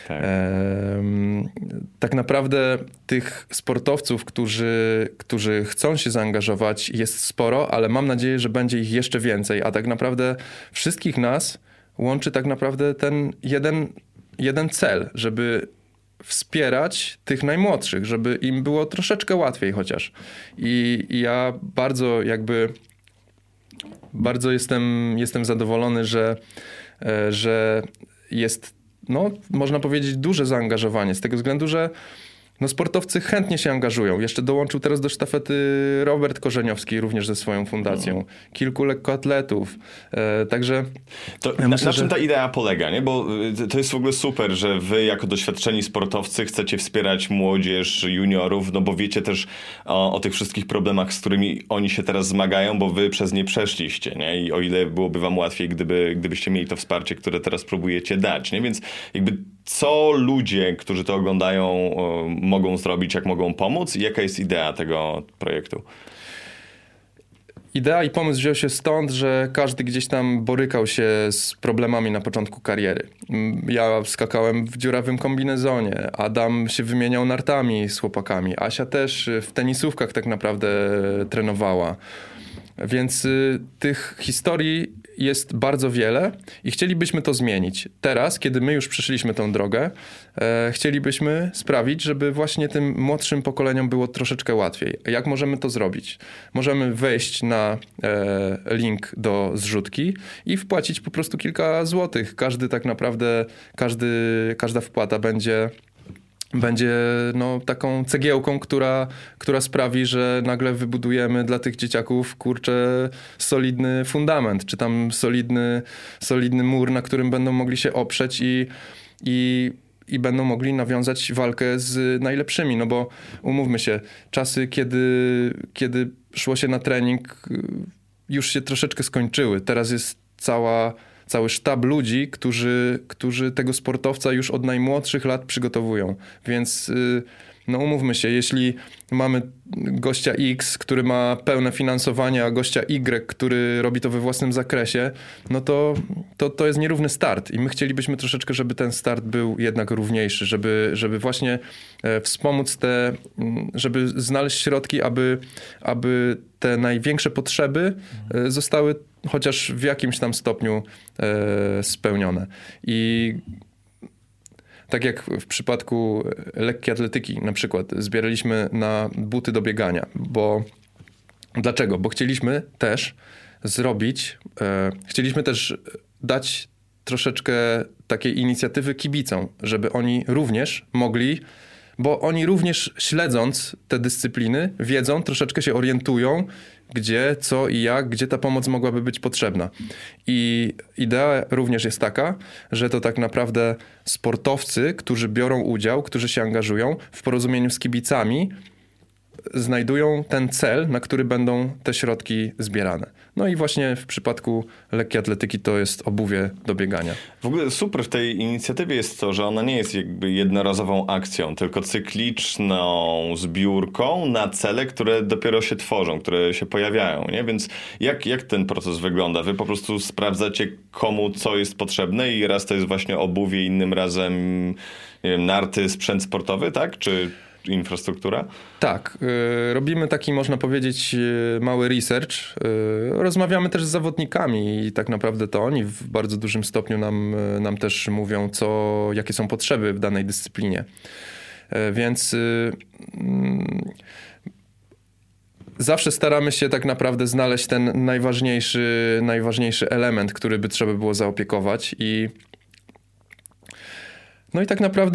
Tak naprawdę tych sportowców, którzy chcą się zaangażować, jest sporo, ale mam nadzieję, że będzie ich jeszcze więcej. A tak naprawdę wszystkich nas łączy tak naprawdę ten jeden cel, żeby wspierać tych najmłodszych, żeby im było troszeczkę łatwiej chociaż. I ja bardzo jestem zadowolony, że jest, można powiedzieć, duże zaangażowanie z tego względu, że sportowcy chętnie się angażują. Jeszcze dołączył teraz do sztafety Robert Korzeniowski, również ze swoją fundacją. Kilku lekkoatletów. Także... Na czym ta idea polega, nie? Bo to jest w ogóle super, że wy jako doświadczeni sportowcy chcecie wspierać młodzież, juniorów, bo wiecie też o tych wszystkich problemach, z którymi oni się teraz zmagają, bo wy przez nie przeszliście, nie? I o ile byłoby wam łatwiej, gdybyście mieli to wsparcie, które teraz próbujecie dać, nie? Więc jakby co ludzie, którzy to oglądają, mogą zrobić, jak mogą pomóc i jaka jest idea tego projektu? Idea i pomysł wziął się stąd, że każdy gdzieś tam borykał się z problemami na początku kariery. Ja skakałem w dziurawym kombinezonie, Adam się wymieniał nartami z chłopakami, Asia też w tenisówkach tak naprawdę trenowała. Więc tych historii jest bardzo wiele i chcielibyśmy to zmienić. Teraz, kiedy my już przeszliśmy tę drogę, chcielibyśmy sprawić, żeby właśnie tym młodszym pokoleniom było troszeczkę łatwiej. Jak możemy to zrobić? Możemy wejść na link do zrzutki i wpłacić po prostu kilka złotych. Każdy tak naprawdę, każda wpłata będzie taką cegiełką, która sprawi, że nagle wybudujemy dla tych dzieciaków, solidny fundament, czy tam solidny mur, na którym będą mogli się oprzeć i będą mogli nawiązać walkę z najlepszymi. Bo umówmy się, czasy, kiedy szło się na trening, już się troszeczkę skończyły. Teraz jest cały sztab ludzi, którzy tego sportowca już od najmłodszych lat przygotowują. Więc umówmy się, jeśli mamy gościa X, który ma pełne finansowanie, a gościa Y, który robi to we własnym zakresie, to jest nierówny start. I my chcielibyśmy troszeczkę, żeby ten start był jednak równiejszy, żeby właśnie wspomóc żeby znaleźć środki, aby te największe potrzeby zostały chociaż w jakimś tam stopniu spełnione. I tak jak w przypadku lekkiej atletyki na przykład zbieraliśmy na buty do biegania. Dlaczego? Bo chcieliśmy też dać troszeczkę takiej inicjatywy kibicom, żeby oni również mogli, bo oni również śledząc te dyscypliny wiedzą, troszeczkę się orientują, gdzie, co i jak, gdzie ta pomoc mogłaby być potrzebna. I idea również jest taka, że to tak naprawdę sportowcy, którzy biorą udział, którzy się angażują w porozumieniu z kibicami, znajdują ten cel, na który będą te środki zbierane. I właśnie w przypadku lekkiej atletyki to jest obuwie do biegania. W ogóle super w tej inicjatywie jest to, że ona nie jest jakby jednorazową akcją, tylko cykliczną zbiórką na cele, które dopiero się tworzą, które się pojawiają, nie? Więc jak ten proces wygląda? Wy po prostu sprawdzacie, komu co jest potrzebne i raz to jest właśnie obuwie, innym razem, nie wiem, narty, sprzęt sportowy, tak? Czy infrastruktura? Tak. Robimy taki, można powiedzieć, mały research. Rozmawiamy też z zawodnikami i tak naprawdę to oni w bardzo dużym stopniu nam też mówią, jakie są potrzeby w danej dyscyplinie. Więc zawsze staramy się tak naprawdę znaleźć ten najważniejszy element, który by trzeba było zaopiekować no i tak naprawdę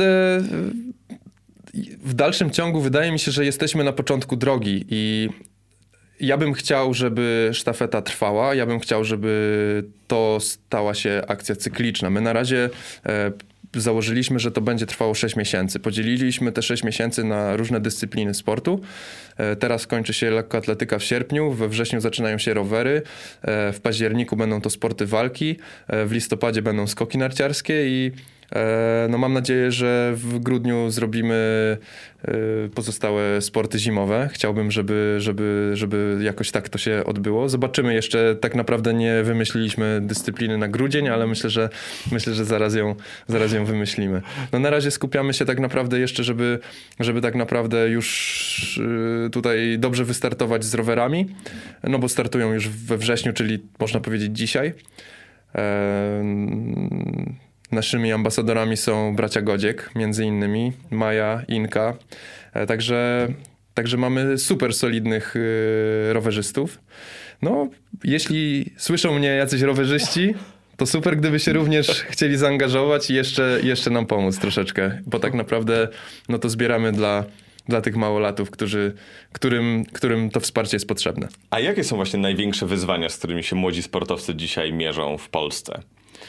w dalszym ciągu wydaje mi się, że jesteśmy na początku drogi i ja bym chciał, żeby sztafeta trwała, ja bym chciał, żeby to stała się akcja cykliczna. My na razie założyliśmy, że to będzie trwało 6 miesięcy. Podzieliliśmy te 6 miesięcy na różne dyscypliny sportu. Teraz kończy się lekkoatletyka w sierpniu, we wrześniu zaczynają się rowery, w październiku będą to sporty walki, w listopadzie będą skoki narciarskie i no mam nadzieję, że w grudniu zrobimy pozostałe sporty zimowe. Chciałbym, żeby jakoś tak to się odbyło. Zobaczymy, jeszcze tak naprawdę nie wymyśliliśmy dyscypliny na grudzień, ale myślę, że zaraz ją wymyślimy. No na razie skupiamy się tak naprawdę jeszcze, żeby tak naprawdę już tutaj dobrze wystartować z rowerami, no bo startują już we wrześniu, czyli można powiedzieć dzisiaj. Naszymi ambasadorami są bracia Godziek, między innymi, Maja, Inka. Także mamy super solidnych rowerzystów. No, jeśli słyszą mnie jacyś rowerzyści, to super, gdyby się również chcieli zaangażować i jeszcze nam pomóc troszeczkę, bo tak naprawdę no to zbieramy dla tych małolatów, którym to wsparcie jest potrzebne. A jakie są właśnie największe wyzwania, z którymi się młodzi sportowcy dzisiaj mierzą w Polsce?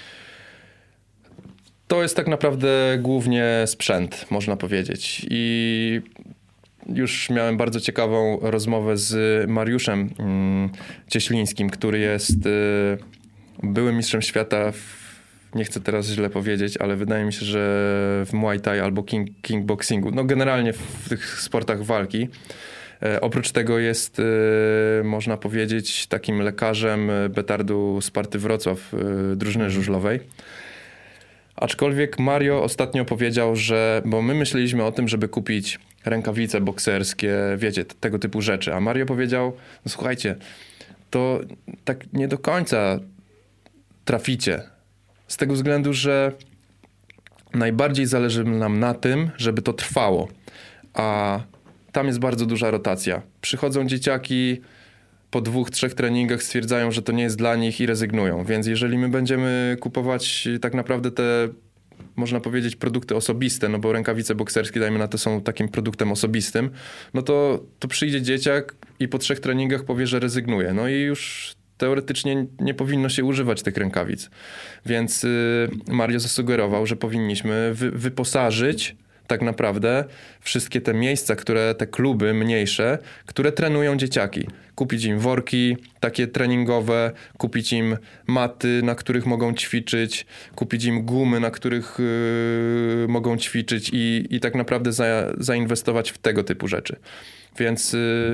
To jest tak naprawdę głównie sprzęt, można powiedzieć. I już miałem bardzo ciekawą rozmowę z Mariuszem Cieślińskim, który jest byłym mistrzem świata nie chcę teraz źle powiedzieć, ale wydaje mi się, że w Muay Thai albo kickboxingu, no generalnie w tych sportach walki. Oprócz tego jest, można powiedzieć, takim lekarzem Betardu Sparty Wrocław, drużyny żużlowej. Aczkolwiek Mario ostatnio powiedział, bo my myśleliśmy o tym, żeby kupić rękawice bokserskie, wiecie, tego typu rzeczy. A Mario powiedział, no słuchajcie, to tak nie do końca traficie. Z tego względu, że najbardziej zależy nam na tym, żeby to trwało. A tam jest bardzo duża rotacja. Przychodzą dzieciaki, po 2-3 treningach stwierdzają, że to nie jest dla nich i rezygnują. Więc jeżeli my będziemy kupować tak naprawdę te, można powiedzieć, produkty osobiste, no bo rękawice bokserskie, dajmy na to, są takim produktem osobistym, no to przyjdzie dzieciak i po 3 treningach powie, że rezygnuje. No i już teoretycznie nie powinno się używać tych rękawic. Więc Mario zasugerował, że powinniśmy wyposażyć tak naprawdę wszystkie te miejsca, te kluby mniejsze, które trenują dzieciaki. Kupić im worki takie treningowe, kupić im maty, na których mogą ćwiczyć, kupić im gumy, na których mogą ćwiczyć i tak naprawdę zainwestować w tego typu rzeczy. Więc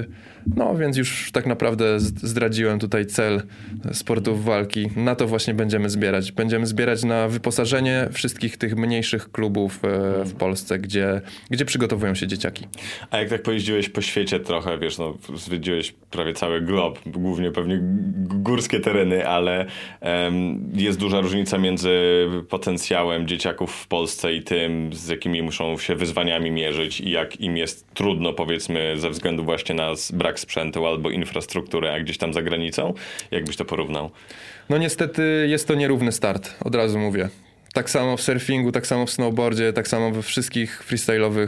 już tak naprawdę zdradziłem tutaj cel sportów walki. Na to właśnie będziemy zbierać. Będziemy zbierać na wyposażenie wszystkich tych mniejszych klubów w Polsce, gdzie przygotowują się dzieciaki. A jak tak pojeździłeś po świecie trochę, wiesz, no zwiedziłeś prawie cały glob, głównie pewnie górskie tereny, ale jest duża różnica między potencjałem dzieciaków w Polsce i tym, z jakimi muszą się wyzwaniami mierzyć i jak im jest trudno, powiedzmy, ze względu właśnie na brak sprzętu albo infrastruktury, a gdzieś tam za granicą? Jak byś to porównał? No niestety jest to nierówny start, od razu mówię. Tak samo w surfingu, tak samo w snowboardzie, tak samo we wszystkich freestyle'owych,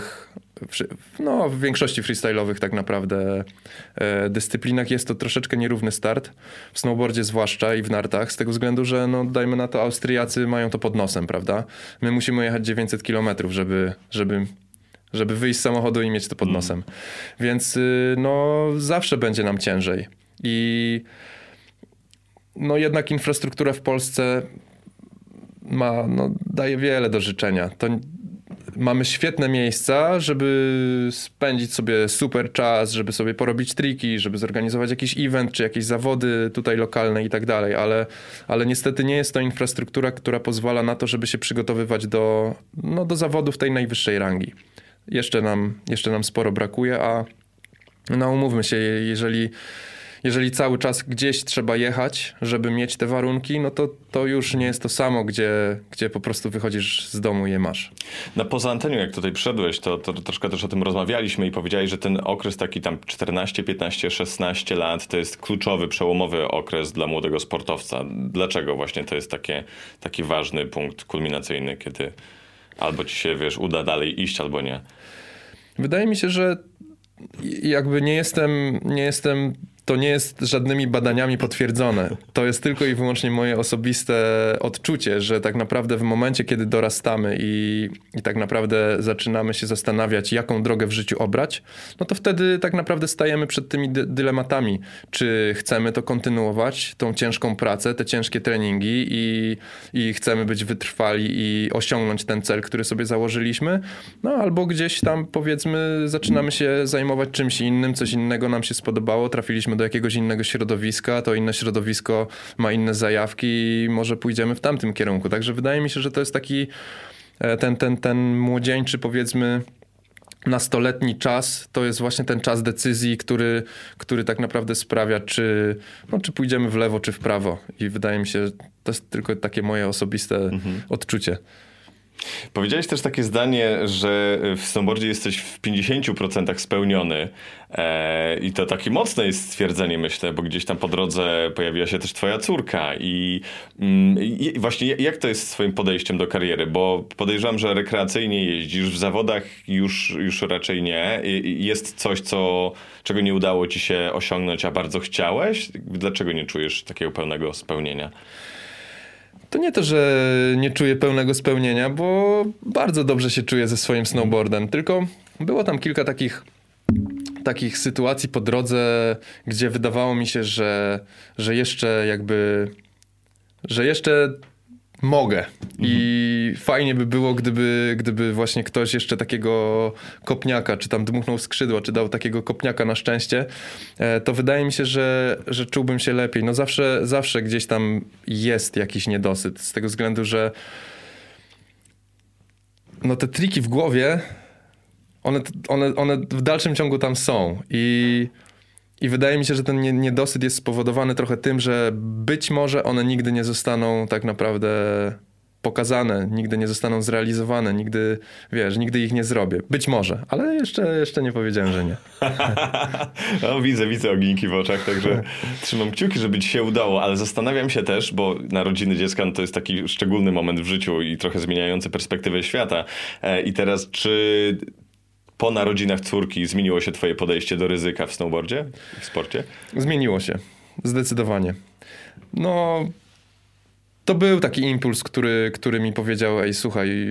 w większości freestyle'owych tak naprawdę dyscyplinach jest to troszeczkę nierówny start. W snowboardzie zwłaszcza i w nartach, z tego względu, że dajmy na to, Austriacy mają to pod nosem, prawda? My musimy jechać 900 kilometrów, żeby wyjść z samochodu i mieć to pod nosem. Więc zawsze będzie nam ciężej. I jednak infrastruktura w Polsce daje wiele do życzenia. Mamy świetne miejsca, żeby spędzić sobie super czas, żeby sobie porobić triki, żeby zorganizować jakiś event, czy jakieś zawody tutaj lokalne i tak dalej, ale niestety nie jest to infrastruktura, która pozwala na to, żeby się przygotowywać do zawodów tej najwyższej rangi. Jeszcze nam sporo brakuje, a umówmy się, jeżeli cały czas gdzieś trzeba jechać, żeby mieć te warunki, no to już nie jest to samo, gdzie po prostu wychodzisz z domu i je masz. Na poza antenią, jak tutaj przyszedłeś, to troszkę też o tym rozmawialiśmy i powiedziałeś, że ten okres taki tam 14, 15, 16 lat to jest kluczowy, przełomowy okres dla młodego sportowca. Dlaczego właśnie to jest taki ważny punkt kulminacyjny, kiedy albo ci się, uda dalej iść, albo nie? Wydaje mi się, że jakby nie jestem, to nie jest żadnymi badaniami potwierdzone. To jest tylko i wyłącznie moje osobiste odczucie, że tak naprawdę w momencie, kiedy dorastamy i tak naprawdę zaczynamy się zastanawiać, jaką drogę w życiu obrać, no to wtedy tak naprawdę stajemy przed tymi dylematami. Czy chcemy to kontynuować, tą ciężką pracę, te ciężkie treningi i chcemy być wytrwali i osiągnąć ten cel, który sobie założyliśmy, no albo gdzieś tam powiedzmy zaczynamy się zajmować czymś innym, coś innego nam się spodobało, trafiliśmy do jakiegoś innego środowiska, to inne środowisko ma inne zajawki i może pójdziemy w tamtym kierunku. Także wydaje mi się, że to jest taki ten młodzieńczy, powiedzmy, nastoletni czas, to jest właśnie ten czas decyzji, który tak naprawdę sprawia, czy pójdziemy w lewo, czy w prawo. I wydaje mi się, że to jest tylko takie moje osobiste odczucie. Powiedziałeś też takie zdanie, że w snowboardzie jesteś w 50% spełniony i to takie mocne jest stwierdzenie, myślę, bo gdzieś tam po drodze pojawiła się też twoja córka i właśnie jak to jest z twoim podejściem do kariery, bo podejrzewam, że rekreacyjnie jeździsz, w zawodach już raczej nie. Jest coś, czego nie udało ci się osiągnąć, a bardzo chciałeś? Dlaczego nie czujesz takiego pełnego spełnienia? To nie to, że nie czuję pełnego spełnienia, bo bardzo dobrze się czuję ze swoim snowboardem, tylko było tam kilka takich sytuacji po drodze, gdzie wydawało mi się, że jeszcze mogę. I fajnie by było, gdyby właśnie ktoś jeszcze takiego kopniaka, czy tam dmuchnął skrzydła, czy dał takiego kopniaka na szczęście, to wydaje mi się, że czułbym się lepiej. No zawsze gdzieś tam jest jakiś niedosyt, z tego względu, że no te triki w głowie, one w dalszym ciągu tam są i wydaje mi się, że ten niedosyt jest spowodowany trochę tym, że być może one nigdy nie zostaną tak naprawdę pokazane, nigdy nie zostaną zrealizowane, nigdy ich nie zrobię. Być może, ale jeszcze nie powiedziałem, że nie. No, widzę ogniski w oczach, także trzymam kciuki, żeby ci się udało, ale zastanawiam się też, bo narodziny dziecka to jest taki szczególny moment w życiu i trochę zmieniający perspektywę świata. I teraz czy po narodzinach córki zmieniło się twoje podejście do ryzyka w snowboardzie, w sporcie? Zmieniło się. Zdecydowanie. No, to był taki impuls, który mi powiedział: ej, słuchaj,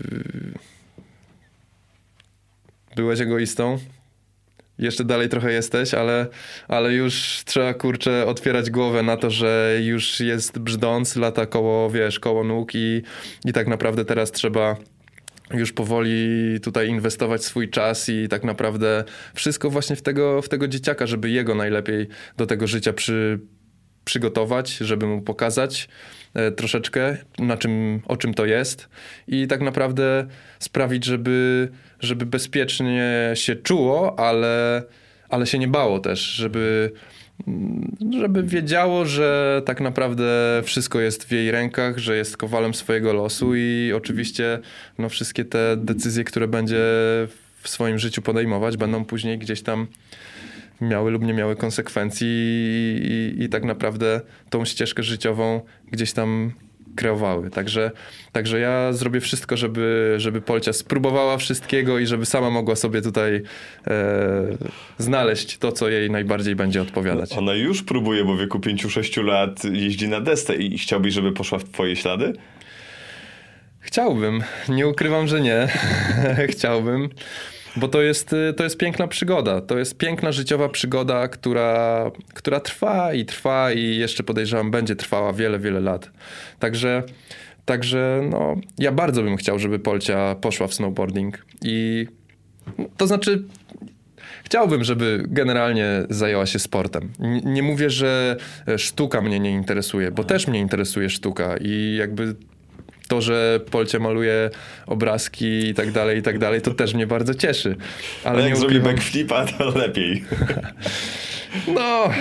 byłeś egoistą, jeszcze dalej trochę jesteś, ale już trzeba, kurczę, otwierać głowę na to, że już jest brzdąc, lata koło nóg i tak naprawdę teraz trzeba już powoli tutaj inwestować swój czas i tak naprawdę wszystko właśnie w tego dzieciaka, żeby jego najlepiej do tego życia przygotować, żeby mu pokazać troszeczkę o czym to jest i tak naprawdę sprawić, żeby bezpiecznie się czuło, ale się nie bało też, żeby wiedziało, że tak naprawdę wszystko jest w jej rękach, że jest kowalem swojego losu i oczywiście no, wszystkie te decyzje, które będzie w swoim życiu podejmować, będą później gdzieś tam miały lub nie miały konsekwencji i tak naprawdę tą ścieżkę życiową gdzieś tam kreowały. Także ja zrobię wszystko, żeby Polcia spróbowała wszystkiego i żeby sama mogła sobie tutaj znaleźć to, co jej najbardziej będzie odpowiadać. No, ona już próbuje, bo w wieku 5-6 lat jeździ na desce i chciałbyś, żeby poszła w twoje ślady? Chciałbym. Nie ukrywam, że nie. Chciałbym. Bo to jest piękna przygoda. To jest piękna życiowa przygoda, która trwa i jeszcze podejrzewam będzie trwała wiele, wiele lat. Także no, ja bardzo bym chciał, żeby Polcia poszła w snowboarding. I to znaczy chciałbym, żeby generalnie zajęła się sportem. Nie mówię, że sztuka mnie nie interesuje, bo też mnie interesuje sztuka i jakby to, że Polcia maluje obrazki i tak dalej, to też mnie bardzo cieszy. Ale jak zrobi backflipa, to lepiej. No,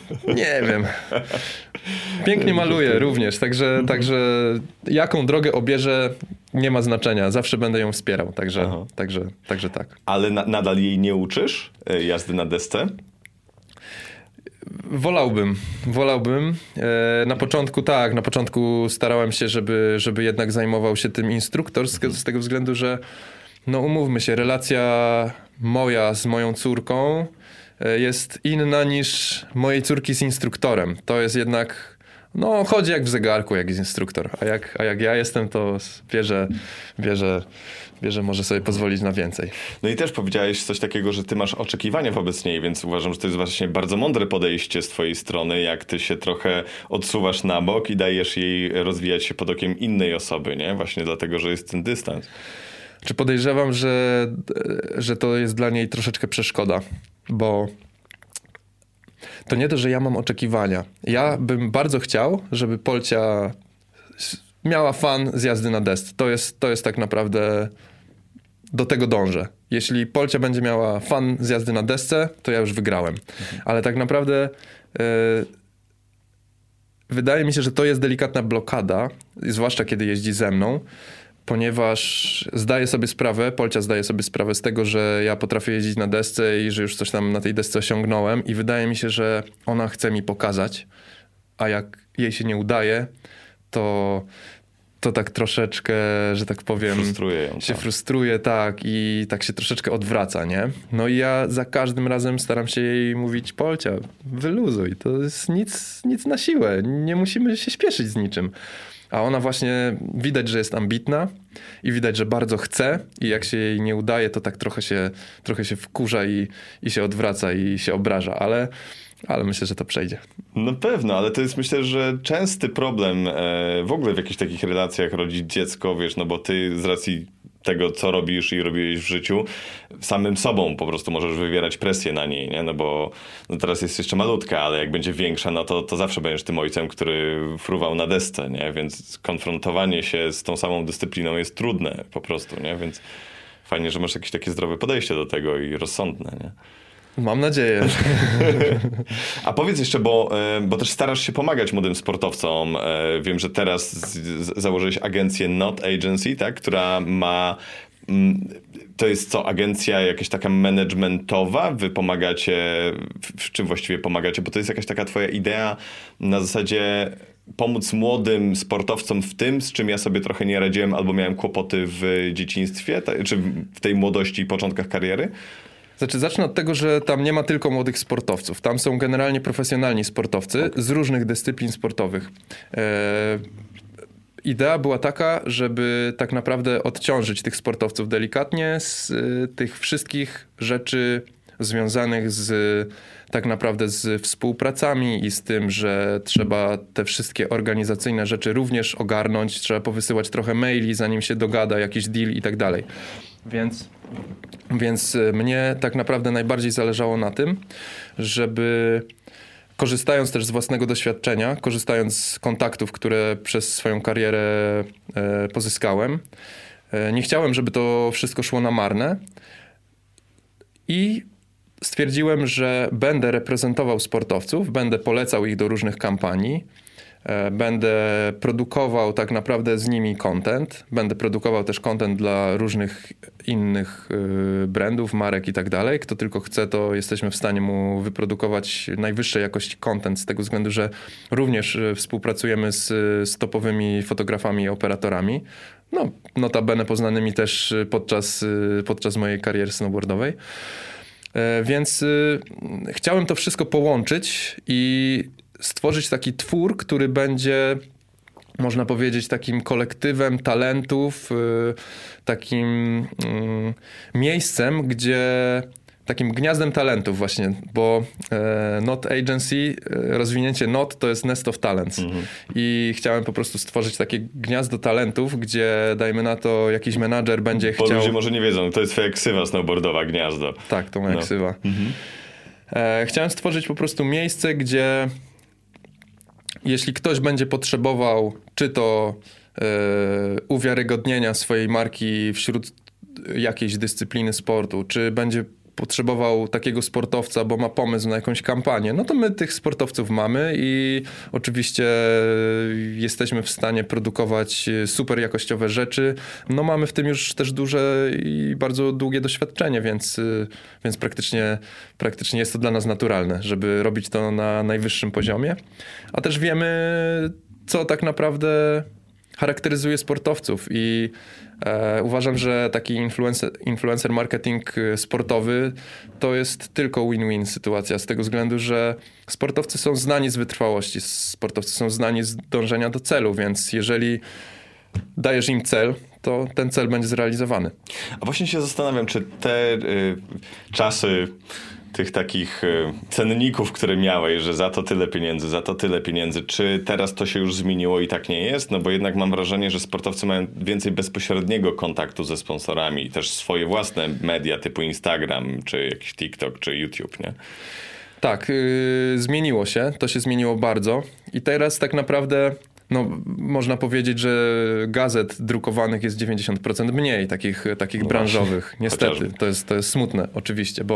Nie wiem. Pięknie maluje również, także jaką drogę obierze, nie ma znaczenia. Zawsze będę ją wspierał, także tak. Ale nadal jej nie uczysz jazdy na desce? Wolałbym. Na początku starałem się, żeby jednak zajmował się tym instruktor, z tego względu, że no umówmy się, relacja moja z moją córką jest inna niż mojej córki z instruktorem. To jest jednak, no chodzi jak w zegarku, jak jest instruktor. A jak ja jestem, to wie, że może sobie pozwolić na więcej. No i też powiedziałeś coś takiego, że ty masz oczekiwania wobec niej, więc uważam, że to jest właśnie bardzo mądre podejście z twojej strony, jak ty się trochę odsuwasz na bok i dajesz jej rozwijać się pod okiem innej osoby, nie? Właśnie dlatego, że jest ten dystans. Czy podejrzewam, że to jest dla niej troszeczkę przeszkoda, bo to nie to, że ja mam oczekiwania. Ja bym bardzo chciał, żeby Polcia miała fan z jazdy na desce. To jest tak naprawdę, do tego dążę. Jeśli Polcia będzie miała fan z jazdy na desce, to ja już wygrałem. Ale tak naprawdę wydaje mi się, że to jest delikatna blokada, zwłaszcza kiedy jeździ ze mną, ponieważ Polcia zdaje sobie sprawę z tego, że ja potrafię jeździć na desce i że już coś tam na tej desce osiągnąłem i wydaje mi się, że ona chce mi pokazać, a jak jej się nie udaje, to tak troszeczkę, że tak powiem, frustruje, tak, i tak się troszeczkę odwraca, nie? No i ja za każdym razem staram się jej mówić: Polcia, wyluzuj, to jest nic na siłę, nie musimy się śpieszyć z niczym. A ona właśnie, widać, że jest ambitna i widać, że bardzo chce i jak się jej nie udaje, to tak trochę się wkurza i się odwraca i się obraża, ale myślę, że to przejdzie. No pewno, ale to jest, myślę, że częsty problem w ogóle w jakichś takich relacjach rodzić dziecko, wiesz, no bo ty z racji tego, co robisz i robiłeś w życiu, samym sobą po prostu możesz wywierać presję na niej, nie? No bo no teraz jest jeszcze malutka, ale jak będzie większa, no to zawsze będziesz tym ojcem, który fruwał na desce, nie? Więc konfrontowanie się z tą samą dyscypliną jest trudne po prostu, nie? Więc fajnie, że masz jakieś takie zdrowe podejście do tego i rozsądne, nie? Mam nadzieję. A powiedz jeszcze, bo też starasz się pomagać młodym sportowcom. Wiem, że teraz założyłeś agencję Not Agency, tak? Która ma... To jest co, agencja jakaś taka managementowa? Wy pomagacie... W czym właściwie pomagacie? Bo to jest jakaś taka twoja idea na zasadzie pomóc młodym sportowcom w tym, z czym ja sobie trochę nie radziłem albo miałem kłopoty w dzieciństwie, czy w tej młodości i początkach kariery? Zacznę od tego, że tam nie ma tylko młodych sportowców. Tam są generalnie profesjonalni sportowcy z różnych dyscyplin sportowych. Idea była taka, żeby tak naprawdę odciążyć tych sportowców delikatnie z tych wszystkich rzeczy związanych tak naprawdę z współpracami i z tym, że trzeba te wszystkie organizacyjne rzeczy również ogarnąć. Trzeba powysyłać trochę maili, zanim się dogada jakiś deal i tak dalej. Więc mnie tak naprawdę najbardziej zależało na tym, żeby korzystając też z własnego doświadczenia, korzystając z kontaktów, które przez swoją karierę pozyskałem, nie chciałem, żeby to wszystko szło na marne i stwierdziłem, że będę reprezentował sportowców, będę polecał ich do różnych kampanii, będę produkował tak naprawdę z nimi content, będę produkował też content dla różnych innych brandów, marek i tak dalej. Kto tylko chce, to jesteśmy w stanie mu wyprodukować najwyższej jakości content z tego względu, że również współpracujemy z topowymi fotografami i operatorami. No, notabene poznanymi też podczas mojej kariery snowboardowej. Więc chciałem to wszystko połączyć i stworzyć taki twór, który będzie, można powiedzieć, takim kolektywem talentów, takim miejscem, takim gniazdem talentów właśnie, bo Not Agency, rozwinięcie Not to jest Nest of Talents. I chciałem po prostu stworzyć takie gniazdo talentów, gdzie dajmy na to jakiś menadżer będzie chciał... Bo ludzie może nie wiedzą, to jest twoja ksywa snowboardowa, gniazdo. Tak, to moja ksywa. Chciałem stworzyć po prostu miejsce, gdzie jeśli ktoś będzie potrzebował czy to uwiarygodnienia swojej marki wśród jakiejś dyscypliny sportu, czy będzie potrzebował takiego sportowca, bo ma pomysł na jakąś kampanię, no to my tych sportowców mamy i oczywiście jesteśmy w stanie produkować super jakościowe rzeczy. No mamy w tym już też duże i bardzo długie doświadczenie, więc praktycznie jest to dla nas naturalne, żeby robić to na najwyższym poziomie. A też wiemy, co tak naprawdę charakteryzuje sportowców i uważam, że taki influencer marketing sportowy to jest tylko win-win sytuacja z tego względu, że sportowcy są znani z wytrwałości, sportowcy są znani z dążenia do celu, więc jeżeli dajesz im cel, to ten cel będzie zrealizowany. A właśnie się zastanawiam, czy te czasy tych takich cenników, które miałeś, że za to tyle pieniędzy, czy teraz to się już zmieniło i tak nie jest? No bo jednak mam wrażenie, że sportowcy mają więcej bezpośredniego kontaktu ze sponsorami i też swoje własne media typu Instagram, czy jakiś TikTok, czy YouTube, nie? Tak, zmieniło się, to się zmieniło bardzo i teraz tak naprawdę można powiedzieć, że gazet drukowanych jest 90% mniej, takich branżowych. Niestety, to jest smutne oczywiście,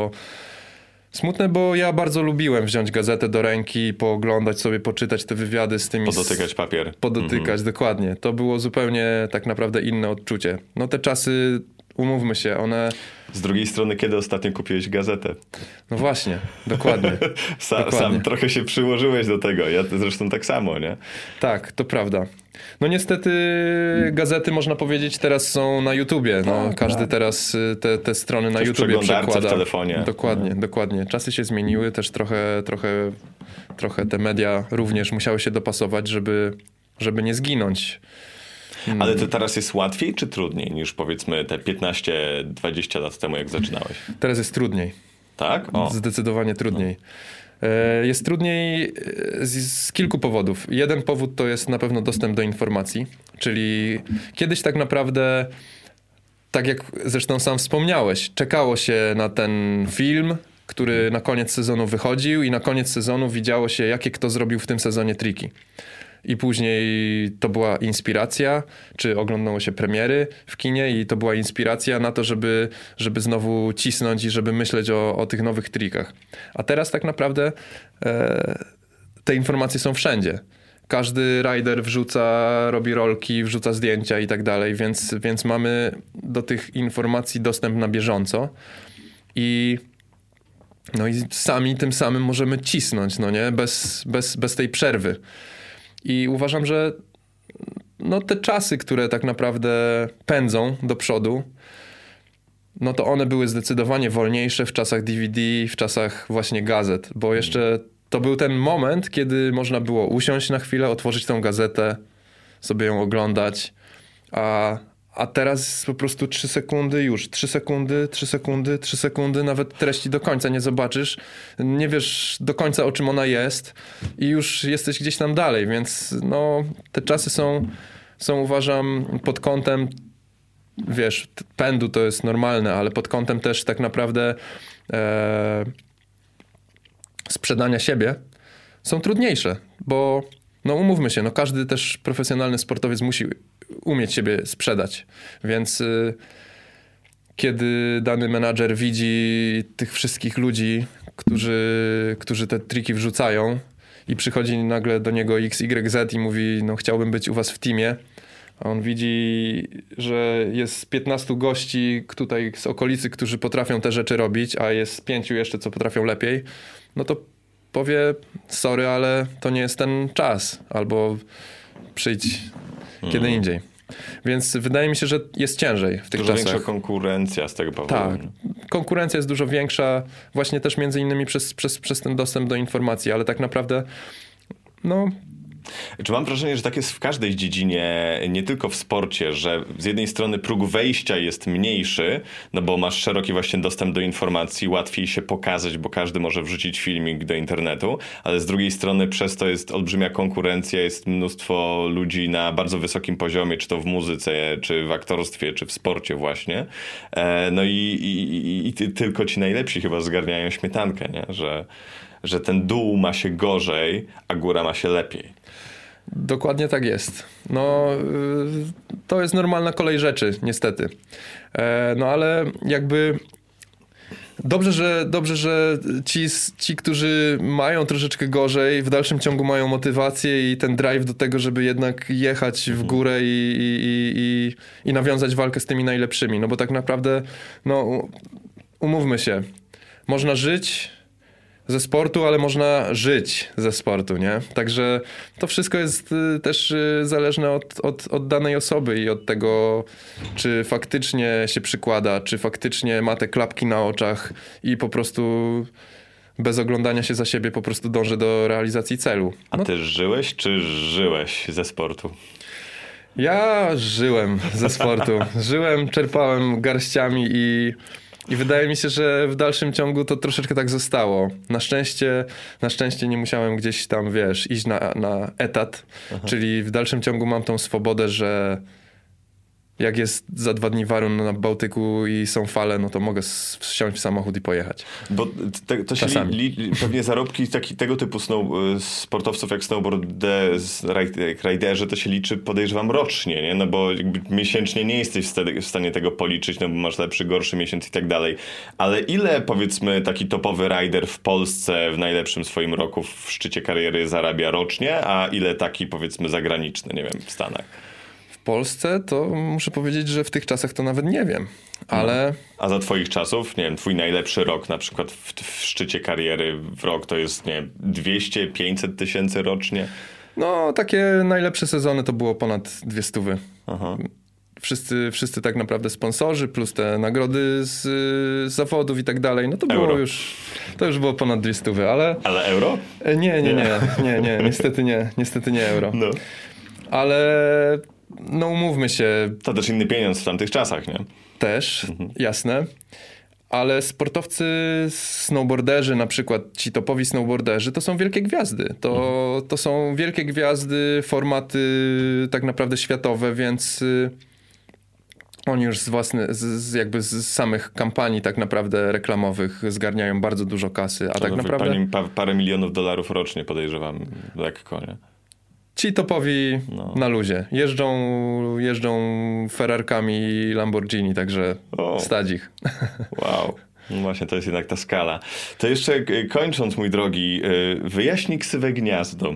bo ja bardzo lubiłem wziąć gazetę do ręki, pooglądać sobie, poczytać te wywiady z tymi... Podotykać papier. Podotykać, dokładnie. To było zupełnie tak naprawdę inne odczucie. No te czasy, umówmy się, one... Z drugiej strony, kiedy ostatnio kupiłeś gazetę? No właśnie, dokładnie. Sam trochę się przyłożyłeś do tego. Ja zresztą tak samo, nie? Tak, to prawda. No niestety gazety, można powiedzieć, teraz są na YouTubie. No, każdy teraz te strony na YouTubie przekłada. W telefonie. Dokładnie. Czasy się zmieniły, też trochę te media również musiały się dopasować, żeby nie zginąć. Ale to teraz jest łatwiej czy trudniej niż powiedzmy te 15-20 lat temu, jak zaczynałeś? Teraz jest trudniej. Tak? Zdecydowanie trudniej. Jest trudniej z kilku powodów. Jeden powód to jest na pewno dostęp do informacji, czyli kiedyś tak naprawdę, tak jak zresztą sam wspomniałeś, czekało się na ten film, który na koniec sezonu wychodził i na koniec sezonu widziało się, jakie kto zrobił w tym sezonie triki. I później to była inspiracja, czy oglądało się premiery w kinie i to była inspiracja na to, żeby znowu cisnąć i żeby myśleć o tych nowych trikach. A teraz tak naprawdę te informacje są wszędzie. Każdy rider robi rolki, wrzuca zdjęcia i tak dalej, więc mamy do tych informacji dostęp na bieżąco i tym samym możemy cisnąć, no nie? Bez tej przerwy. I uważam, że te czasy, które tak naprawdę pędzą do przodu, no to one były zdecydowanie wolniejsze w czasach DVD, w czasach właśnie gazet, bo jeszcze to był ten moment, kiedy można było usiąść na chwilę, otworzyć tą gazetę, sobie ją oglądać, a teraz po prostu 3 sekundy już, 3 sekundy, nawet treści do końca nie zobaczysz, nie wiesz do końca, o czym ona jest i już jesteś gdzieś tam dalej, więc te czasy są uważam pod kątem, pędu to jest normalne, ale pod kątem też tak naprawdę sprzedania siebie są trudniejsze, bo umówmy się, każdy też profesjonalny sportowiec musi umieć siebie sprzedać, więc kiedy dany menadżer widzi tych wszystkich ludzi, którzy te triki wrzucają i przychodzi nagle do niego XYZ i mówi, chciałbym być u was w teamie, a on widzi, że jest 15 gości tutaj z okolicy, którzy potrafią te rzeczy robić, a jest 5 jeszcze, co potrafią lepiej, to powie, sorry, ale to nie jest ten czas, albo przyjdź kiedy indziej. Więc wydaje mi się, że jest ciężej w tych czasach. Dużo większa konkurencja z tego powodu. Tak, konkurencja jest dużo większa, właśnie też między innymi przez ten dostęp do informacji, ale tak naprawdę Czy mam wrażenie, że tak jest w każdej dziedzinie, nie tylko w sporcie, że z jednej strony próg wejścia jest mniejszy, bo masz szeroki właśnie dostęp do informacji, łatwiej się pokazać, bo każdy może wrzucić filmik do internetu, ale z drugiej strony przez to jest olbrzymia konkurencja, jest mnóstwo ludzi na bardzo wysokim poziomie, czy to w muzyce, czy w aktorstwie, czy w sporcie właśnie. I tylko ci najlepsi chyba zgarniają śmietankę, nie? Że ten dół ma się gorzej, a góra ma się lepiej. Dokładnie tak jest. To jest normalna kolej rzeczy, niestety. Ale jakby Dobrze, że ci, którzy mają troszeczkę gorzej, w dalszym ciągu mają motywację i ten drive do tego, żeby jednak jechać w górę i nawiązać walkę z tymi najlepszymi. No bo tak naprawdę, no umówmy się, można żyć ze sportu, ale można żyć ze sportu, nie? Także to wszystko jest też zależne od danej osoby i od tego, czy faktycznie się przykłada, czy faktycznie ma te klapki na oczach i po prostu bez oglądania się za siebie po prostu dąży do realizacji celu. A ty żyłeś, czy żyłeś ze sportu? Ja żyłem ze sportu. Żyłem, czerpałem garściami i wydaje mi się, że w dalszym ciągu to troszeczkę tak zostało. Na szczęście nie musiałem gdzieś tam, wiesz, iść na etat, czyli w dalszym ciągu mam tą swobodę, że jak jest za 2 dni warun na Bałtyku i są fale, no to mogę wsiąść w samochód i pojechać. Bo to się pewnie zarobki tego typu sportowców jak riderzy to się liczy, podejrzewam, rocznie, nie? No bo jakby miesięcznie nie jesteś w stanie tego policzyć, no bo masz lepszy, gorszy miesiąc i tak dalej. Ale ile, powiedzmy, taki topowy rider w Polsce w najlepszym swoim roku w szczycie kariery zarabia rocznie, a ile taki, powiedzmy, zagraniczny, nie wiem, w Stanach? W Polsce to muszę powiedzieć, że w tych czasach to nawet nie wiem, ale... A za twoich czasów, nie wiem, twój najlepszy rok na przykład w szczycie kariery w rok to jest, nie wiem, 200-500 tysięcy rocznie? No, takie najlepsze sezony to było ponad 200. Aha. Wszyscy tak naprawdę sponsorzy, plus te nagrody z zawodów i tak dalej, no to Euro. było już było ponad 200, ale... Ale euro? Nie, niestety nie euro. No. Ale... No umówmy się. To też inny pieniądz w tamtych czasach, nie? Też, jasne. Ale sportowcy, snowboarderzy, na przykład ci topowi snowboarderzy, to są wielkie gwiazdy. To są wielkie gwiazdy, formaty tak naprawdę światowe, więc oni już z samych kampanii tak naprawdę reklamowych zgarniają bardzo dużo kasy. A tak naprawdę... Parę milionów dolarów rocznie, podejrzewam, lekko, nie? Ci topowi na luzie. Jeżdżą Ferrarkami i Lamborghini, także stać ich. Wow. No właśnie, to jest jednak ta skala. To jeszcze kończąc, mój drogi, wyjaśnij ksywę Gniazdo.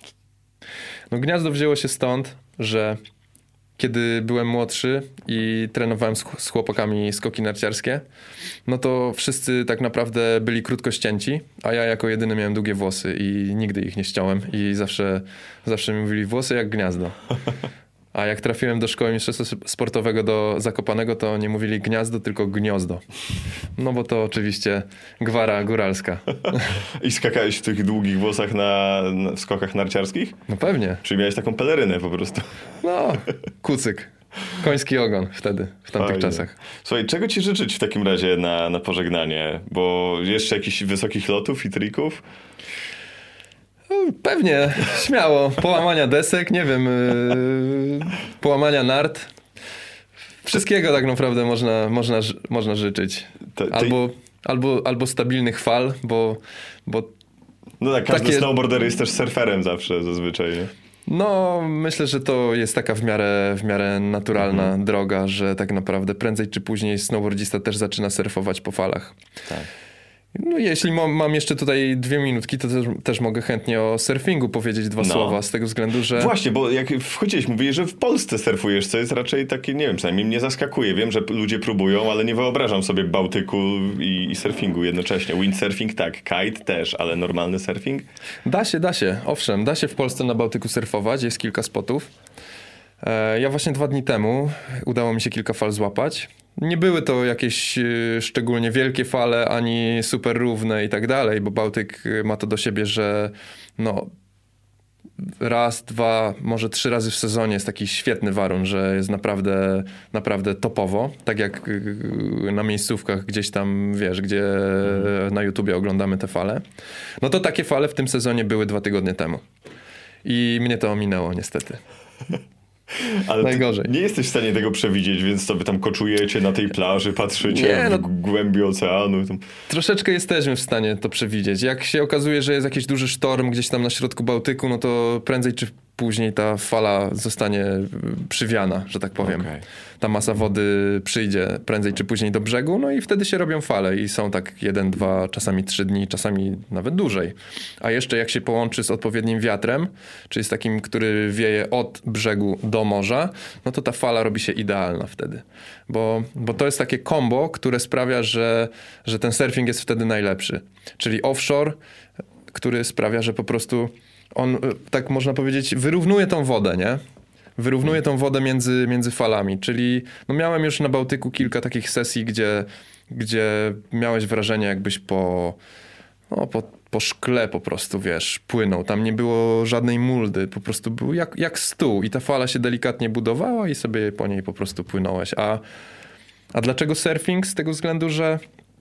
No Gniazdo wzięło się stąd, że kiedy byłem młodszy i trenowałem z chłopakami skoki narciarskie, no to wszyscy tak naprawdę byli krótko ścięci, a ja jako jedyny miałem długie włosy i nigdy ich nie ściąłem i zawsze mi mówili włosy jak gniazdo. A jak trafiłem do szkoły mistrzostwa sportowego do Zakopanego, to nie mówili gniazdo, tylko gniozdo. No bo to oczywiście gwara góralska. I skakałeś w tych długich włosach w skokach narciarskich? No pewnie. Czyli miałeś taką pelerynę po prostu. No, kucyk. Koński ogon wtedy, w tamtych czasach. Słuchaj, czego ci życzyć w takim razie na pożegnanie? Bo jeszcze jakichś wysokich lotów i trików? Pewnie, śmiało. Połamania desek, nie wiem, połamania nart. Wszystkiego tak naprawdę można życzyć. Albo stabilnych fal, bo no tak, każdy snowboarder jest też surferem zawsze, zazwyczaj, nie? No, myślę, że to jest taka w miarę naturalna droga, że tak naprawdę prędzej czy później snowboardzista też zaczyna surfować po falach. Tak. No jeśli mam jeszcze tutaj 2 minutki, to też mogę chętnie o surfingu powiedzieć 2 słowa, z tego względu, że... Właśnie, bo jak wchodziłeś, mówiłeś, że w Polsce surfujesz, co jest raczej takie, nie wiem, przynajmniej mnie zaskakuje. Wiem, że ludzie próbują, ale nie wyobrażam sobie Bałtyku i surfingu jednocześnie. Windsurfing tak, kite też, ale normalny surfing? Da się, owszem, da się w Polsce na Bałtyku surfować, jest kilka spotów. Ja właśnie 2 dni temu udało mi się kilka fal złapać. Nie były to jakieś szczególnie wielkie fale, ani super równe i tak dalej, bo Bałtyk ma to do siebie, że no 1, 2, może 3 razy w sezonie jest taki świetny warun, że jest naprawdę topowo. Tak jak na miejscówkach gdzieś tam, wiesz, gdzie na YouTubie oglądamy te fale. No to takie fale w tym sezonie były 2 tygodnie temu. I mnie to ominęło niestety. Ale najgorzej. Nie jesteś w stanie tego przewidzieć, więc sobie tam koczujecie na tej plaży, patrzycie w głębi oceanu. Troszeczkę jesteśmy w stanie to przewidzieć. Jak się okazuje, że jest jakiś duży sztorm gdzieś tam na środku Bałtyku, no to prędzej czy później ta fala zostanie przywiana, że tak powiem. Okej. Ta masa wody przyjdzie prędzej czy później do brzegu, no i wtedy się robią fale i są tak 1, 2, czasami 3 dni, czasami nawet dłużej. A jeszcze jak się połączy z odpowiednim wiatrem, czyli z takim, który wieje od brzegu do morza, no to ta fala robi się idealna wtedy. Bo to jest takie kombo, które sprawia, że ten surfing jest wtedy najlepszy. Czyli offshore, który sprawia, że po prostu on, tak można powiedzieć, wyrównuje tą wodę, nie? Wyrównuje tą wodę między falami, czyli no miałem już na Bałtyku kilka takich sesji, gdzie miałeś wrażenie, jakbyś po szkle po prostu, wiesz, płynął. Tam nie było żadnej muldy, po prostu był jak stół i ta fala się delikatnie budowała i sobie po niej po prostu płynąłeś. A dlaczego surfing? Z tego względu, że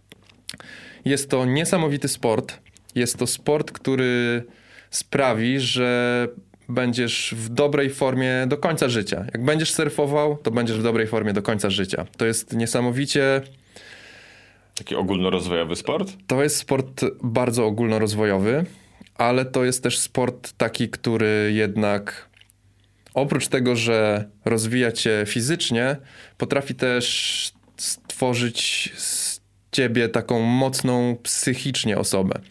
jest to niesamowity sport. Jest to sport, który sprawi, że będziesz w dobrej formie do końca życia. Jak będziesz surfował, to będziesz w dobrej formie do końca życia. To jest niesamowicie... Taki ogólnorozwojowy sport? To jest sport bardzo ogólnorozwojowy, ale to jest też sport taki, który jednak oprócz tego, że rozwija cię fizycznie, potrafi też stworzyć z ciebie taką mocną psychicznie osobę.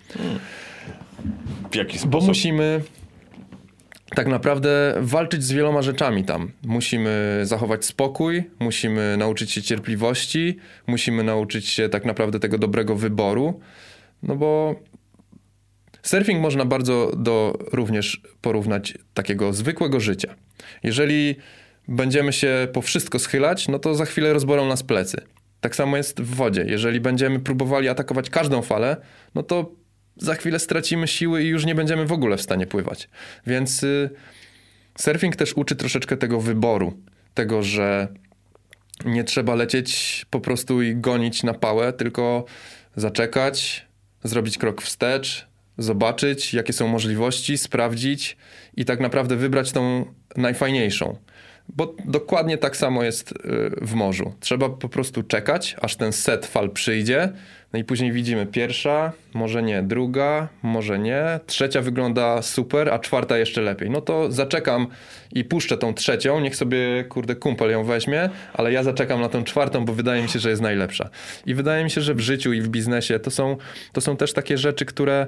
W jaki sposób? Bo musimy tak naprawdę walczyć z wieloma rzeczami tam. Musimy zachować spokój, musimy nauczyć się cierpliwości, musimy nauczyć się tak naprawdę tego dobrego wyboru, no bo surfing można bardzo również porównać takiego zwykłego życia. Jeżeli będziemy się po wszystko schylać, no to za chwilę rozbolą nas plecy. Tak samo jest w wodzie. Jeżeli będziemy próbowali atakować każdą falę, no to za chwilę stracimy siły i już nie będziemy w ogóle w stanie pływać. Więc surfing też uczy troszeczkę tego wyboru. Tego, że nie trzeba lecieć po prostu i gonić na pałę, tylko zaczekać, zrobić krok wstecz, zobaczyć, jakie są możliwości, sprawdzić i tak naprawdę wybrać tą najfajniejszą. Bo dokładnie tak samo jest w morzu. Trzeba po prostu czekać, aż ten set fal przyjdzie. No i później widzimy pierwsza, może nie, druga, może nie. Trzecia wygląda super, a czwarta jeszcze lepiej. No to zaczekam i puszczę tą trzecią. Niech sobie, kumpel ją weźmie, ale ja zaczekam na tą czwartą, bo wydaje mi się, że jest najlepsza. I wydaje mi się, że w życiu i w biznesie to są też takie rzeczy,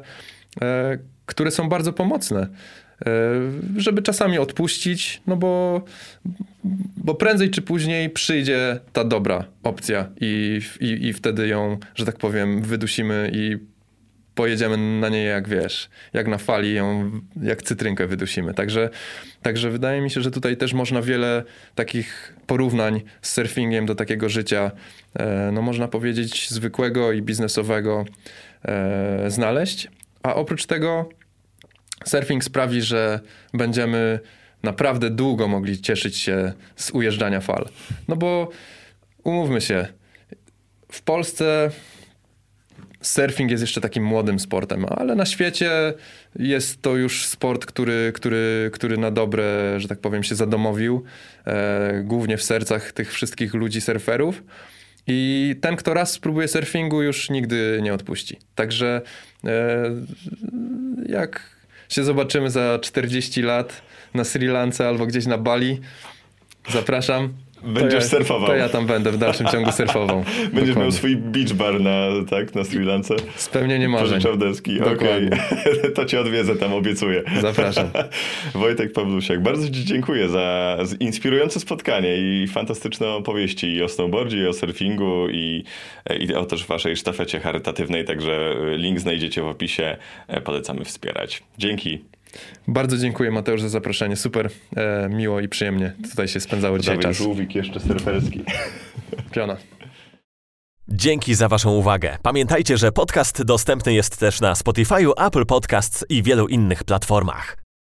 które są bardzo pomocne. Żeby czasami odpuścić, no bo prędzej czy później przyjdzie ta dobra opcja i wtedy ją, że tak powiem, wydusimy i pojedziemy na niej jak wiesz, jak na fali ją, jak cytrynkę wydusimy. Także wydaje mi się, że tutaj też można wiele takich porównań z surfingiem do takiego życia, no można powiedzieć zwykłego i biznesowego znaleźć. A oprócz tego surfing sprawi, że będziemy naprawdę długo mogli cieszyć się z ujeżdżania fal. No bo umówmy się, w Polsce surfing jest jeszcze takim młodym sportem, ale na świecie jest to już sport, który na dobre, że tak powiem, się zadomowił, głównie w sercach tych wszystkich ludzi surferów. I ten, kto raz spróbuje surfingu, już nigdy nie odpuści. Także jak się zobaczymy za 40 lat na Sri Lance albo gdzieś na Bali, zapraszam. Będziesz surfował. To ja tam będę w dalszym ciągu surfował. Będziesz miał swój beach bar na Sri Lance. Spełnienie marzeń. Pożyczał deski. Okej. To cię odwiedzę tam, obiecuję. Zapraszam. Wojtek Pawlusiak, bardzo ci dziękuję za inspirujące spotkanie i fantastyczne opowieści i o snowboardzie, i o surfingu, i o też waszej sztafecie charytatywnej, także link znajdziecie w opisie. Polecamy wspierać. Dzięki. Bardzo dziękuję, Mateusz, za zaproszenie. Super miło i przyjemnie tutaj się spędzało dzisiaj czas. Żółwik jeszcze surferski. Piona. Dzięki za waszą uwagę. Pamiętajcie, że podcast dostępny jest też na Spotify'u, Apple Podcasts i wielu innych platformach.